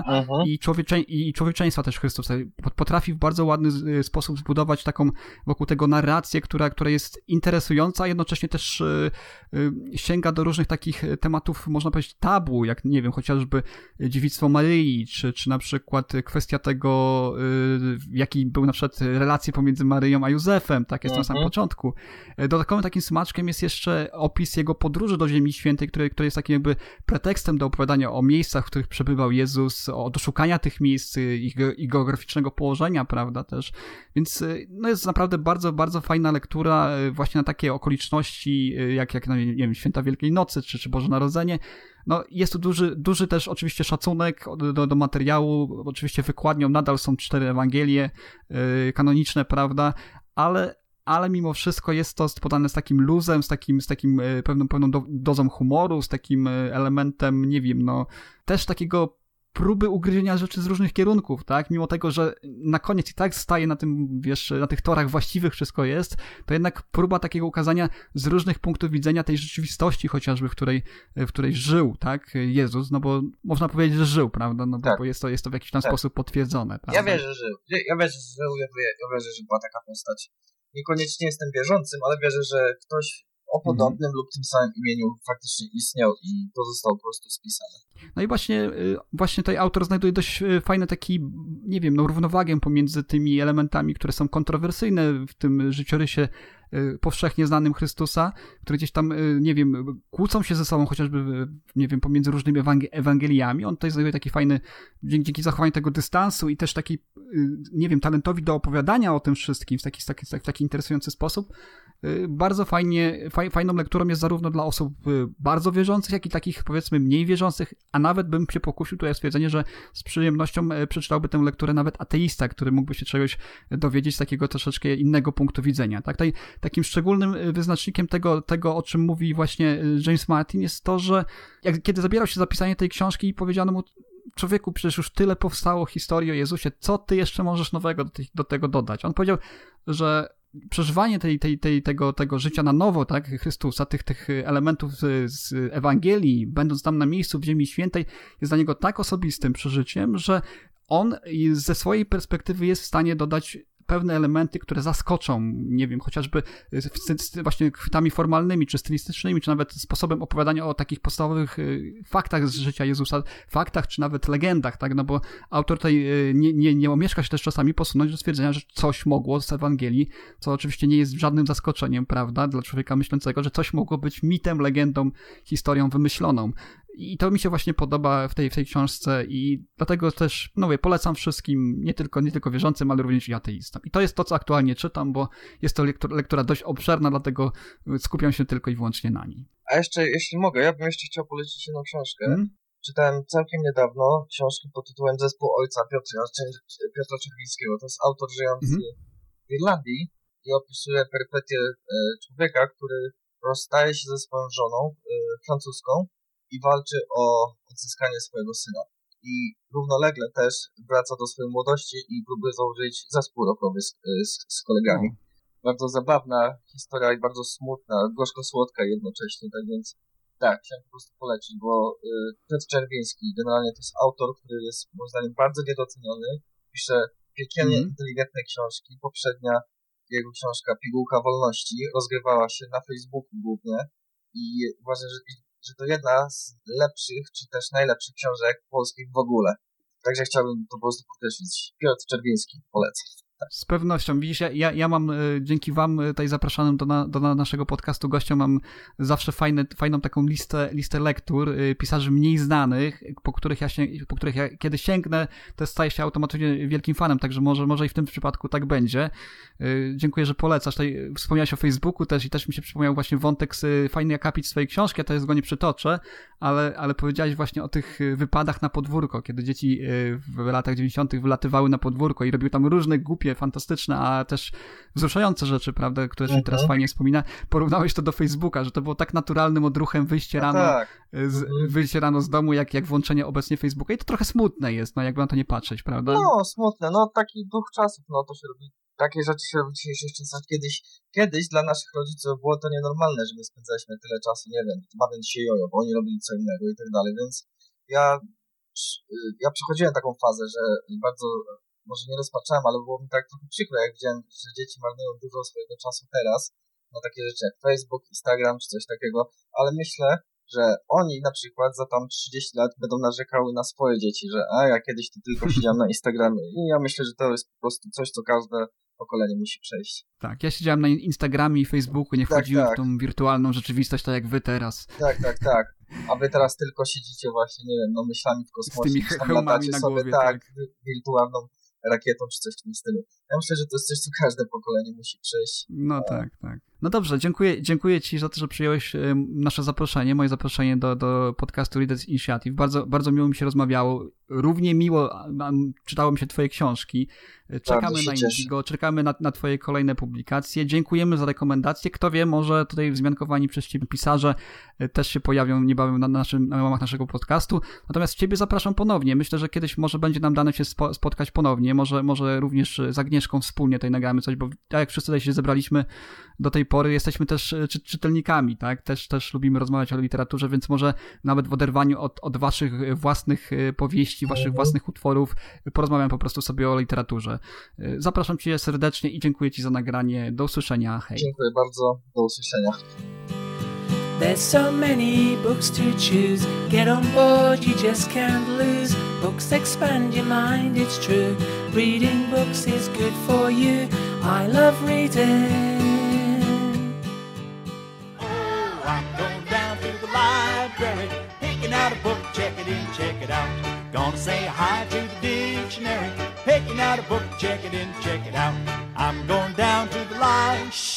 i człowieczeństwa też Chrystusa. Potrafi w bardzo ładny sposób zbudować taką wokół tego narrację, która jest interesująca, a jednocześnie też sięga do różnych takich tematów, można powiedzieć, tabu, jak, nie wiem, chociażby dziewictwo Maryi, czy na przykład kwestia tego, jaki był na przykład relacje pomiędzy Maryją a Józefem, tak jest na samym początku. Dodatkowym takim smaczkiem jest jeszcze opis jego podróży do Ziemi Świętej, który jest takim jakby pretekstem do opowiadania o miejscach, w których przebywał Jezus, o doszukania tych miejsc, ich geograficznego położenia, prawda, też. Więc no jest naprawdę bardzo, bardzo fajna lektura właśnie na takie okoliczności, jak no, nie wiem, Święta Wielkiej Nocy, czy Boże Narodzenie. No, jest tu duży też oczywiście szacunek do materiału, oczywiście wykładnią nadal są 4 Ewangelie kanoniczne, prawda, ale mimo wszystko jest to podane z takim luzem, z takim pewną dozą humoru, z takim elementem, nie wiem, no, też takiego próby ugryzienia rzeczy z różnych kierunków, tak? Mimo tego, że na koniec i tak staje na tym, wiesz, na tych torach właściwych wszystko jest, to jednak próba takiego ukazania z różnych punktów widzenia tej rzeczywistości chociażby, w której żył, tak? Jezus, no bo można powiedzieć, że żył, prawda? No bo jest to w jakiś tam sposób potwierdzone, prawda? Ja wierzę, że żył. Ja wierzę, że była taka postać. Niekoniecznie jestem wierzącym, ale wierzę, że ktoś o podobnym lub tym samym imieniu faktycznie istniał i to zostało po prostu spisane. No i właśnie tutaj autor znajduje dość fajny taki, nie wiem, no równowagę pomiędzy tymi elementami, które są kontrowersyjne w tym życiorysie powszechnie znanym Chrystusa, które gdzieś tam, nie wiem, kłócą się ze sobą chociażby, nie wiem, pomiędzy różnymi Ewangeliami. On tutaj znajduje taki fajny, dzięki zachowaniu tego dystansu i też taki, nie wiem, talentowi do opowiadania o tym wszystkim w taki interesujący sposób. Bardzo fajną lekturą jest zarówno dla osób bardzo wierzących, jak i takich, powiedzmy, mniej wierzących, a nawet bym się pokusił tutaj o stwierdzenie, że z przyjemnością przeczytałby tę lekturę nawet ateista, który mógłby się czegoś dowiedzieć z takiego troszeczkę innego punktu widzenia. Tak? Takim szczególnym wyznacznikiem tego, o czym mówi właśnie James Martin, jest to, że kiedy zabierał się za pisanie tej książki i powiedziano mu: człowieku, przecież już tyle powstało historii o Jezusie, co ty jeszcze możesz nowego do tego dodać? On powiedział, że przeżywanie tego życia na nowo, tak, Chrystusa, tych elementów z Ewangelii, będąc tam na miejscu w Ziemi Świętej, jest dla niego tak osobistym przeżyciem, że on ze swojej perspektywy jest w stanie dodać pewne elementy, które zaskoczą, nie wiem, chociażby właśnie chwytami formalnymi, czy stylistycznymi, czy nawet sposobem opowiadania o takich podstawowych faktach z życia Jezusa, faktach, czy nawet legendach, tak, no bo autor tutaj nie omieszka się też czasami posunąć do stwierdzenia, że coś mogło z Ewangelii, co oczywiście nie jest żadnym zaskoczeniem, prawda, dla człowieka myślącego, że coś mogło być mitem, legendą, historią wymyśloną. I to mi się właśnie podoba w tej książce i dlatego też, no mówię, polecam wszystkim, nie tylko wierzącym, ale również i ateistom. I to jest to, co aktualnie czytam, bo jest to lektura dość obszerna, dlatego skupiam się tylko i wyłącznie na niej. A jeszcze, jeśli mogę, ja bym jeszcze chciał polecić jedną książkę. Czytałem całkiem niedawno książkę pod tytułem Zespół Ojca Piotra Czerwińskiego. To jest autor żyjący w Irlandii i opisuje perypetie człowieka, który rozstaje się ze swoją żoną francuską i walczy o odzyskanie swojego syna. I równolegle też wraca do swojej młodości i próbuje założyć zespół rockowy z kolegami. Bardzo zabawna historia i bardzo smutna, gorzko-słodka jednocześnie, tak więc tak, chciałem po prostu polecić, bo Piotr Czerwiński generalnie to jest autor, który jest moim zdaniem bardzo niedoceniony, pisze piekielnie inteligentne książki. Poprzednia jego książka Pigułka Wolności rozgrywała się na Facebooku głównie i uważam, że to jedna z lepszych, czy też najlepszych książek polskich w ogóle. Także chciałbym to po prostu podkreślić. Piotr Czerwiński, polecam. Tak. Z pewnością. Widzisz, ja mam dzięki wam tutaj zapraszanym do naszego podcastu gościom mam zawsze fajną taką listę lektur pisarzy mniej znanych, po których ja kiedy sięgnę, to staję się automatycznie wielkim fanem, także może i w tym przypadku tak będzie. Dziękuję, że polecasz. Tutaj wspomniałeś o Facebooku też i też mi się przypomniał właśnie wątek z fajny akapit swojej książki, ja teraz go nie przytoczę, ale powiedziałeś właśnie o tych wypadach na podwórko, kiedy dzieci w latach 90. wylatywały na podwórko i robiły tam różne głupie, fantastyczne, a też wzruszające rzeczy, prawda, które się teraz fajnie wspomina. Porównałeś to do Facebooka, że to było tak naturalnym odruchem wyjście rano z domu, jak włączenie obecnie Facebooka. I to trochę smutne jest, no jakby na to nie patrzeć, prawda? No, smutne, no taki duch czasów, no to się robi. Takie rzeczy się robi w dzisiejszych czasach. Kiedyś dla naszych rodziców było to nienormalne, że my spędzaliśmy tyle czasu, nie wiem, bawiąc się jojo, bo oni robili co innego i tak dalej, więc ja ja przechodziłem taką fazę, że bardzo, może nie rozpaczałem, ale było mi tak trochę przykro, jak widziałem, że dzieci marnują dużo swojego czasu teraz na takie rzeczy jak Facebook, Instagram czy coś takiego, ale myślę, że oni na przykład za tam 30 lat będą narzekały na swoje dzieci, że ja kiedyś to tylko siedziałem na Instagramie i ja myślę, że to jest po prostu coś, co każde pokolenie musi przejść. Tak, ja siedziałem na Instagramie i Facebooku, nie wchodziłem w tą wirtualną rzeczywistość, tak jak wy teraz. Tak. A wy teraz tylko siedzicie właśnie, nie wiem, myślami w kosmosie. Z tymi hełmami na głowie, tak. Wirtualną rakietą czy coś w tym stylu. Ja myślę, że to jest coś, co każde pokolenie musi przejść. No tak. No dobrze, dziękuję ci za to, że przyjąłeś nasze zaproszenie, moje zaproszenie do podcastu Readers Initiative. Bardzo, bardzo miło mi się rozmawiało. Równie miło czytało mi się twoje książki. Czekamy na Indigo, czekamy na twoje kolejne publikacje. Dziękujemy za rekomendacje. Kto wie, może tutaj wzmiankowani przez ciebie pisarze też się pojawią niebawem na łamach naszego podcastu. Natomiast ciebie zapraszam ponownie. Myślę, że kiedyś może będzie nam dane się spotkać ponownie. Może również z Agnieszką wspólnie tutaj nagramy coś, bo tak jak wszyscy tutaj się zebraliśmy do tej pory, jesteśmy też czytelnikami, tak? Też lubimy rozmawiać o literaturze, więc może nawet w oderwaniu od waszych własnych powieści, waszych własnych utworów porozmawiam po prostu sobie o literaturze. Zapraszam cię serdecznie i dziękuję ci za nagranie. Do usłyszenia. Hej. Dziękuję bardzo. Do usłyszenia. There's so many books to choose. Get on board, you just can't lose. Books expand your mind, it's true. Reading books is good for you. I love reading. Oh, I'm going down to the library, picking out a book, check it in, check it out. Gonna say hi to the dictionary, picking out a book, check it in, check it out. I'm going down to the library.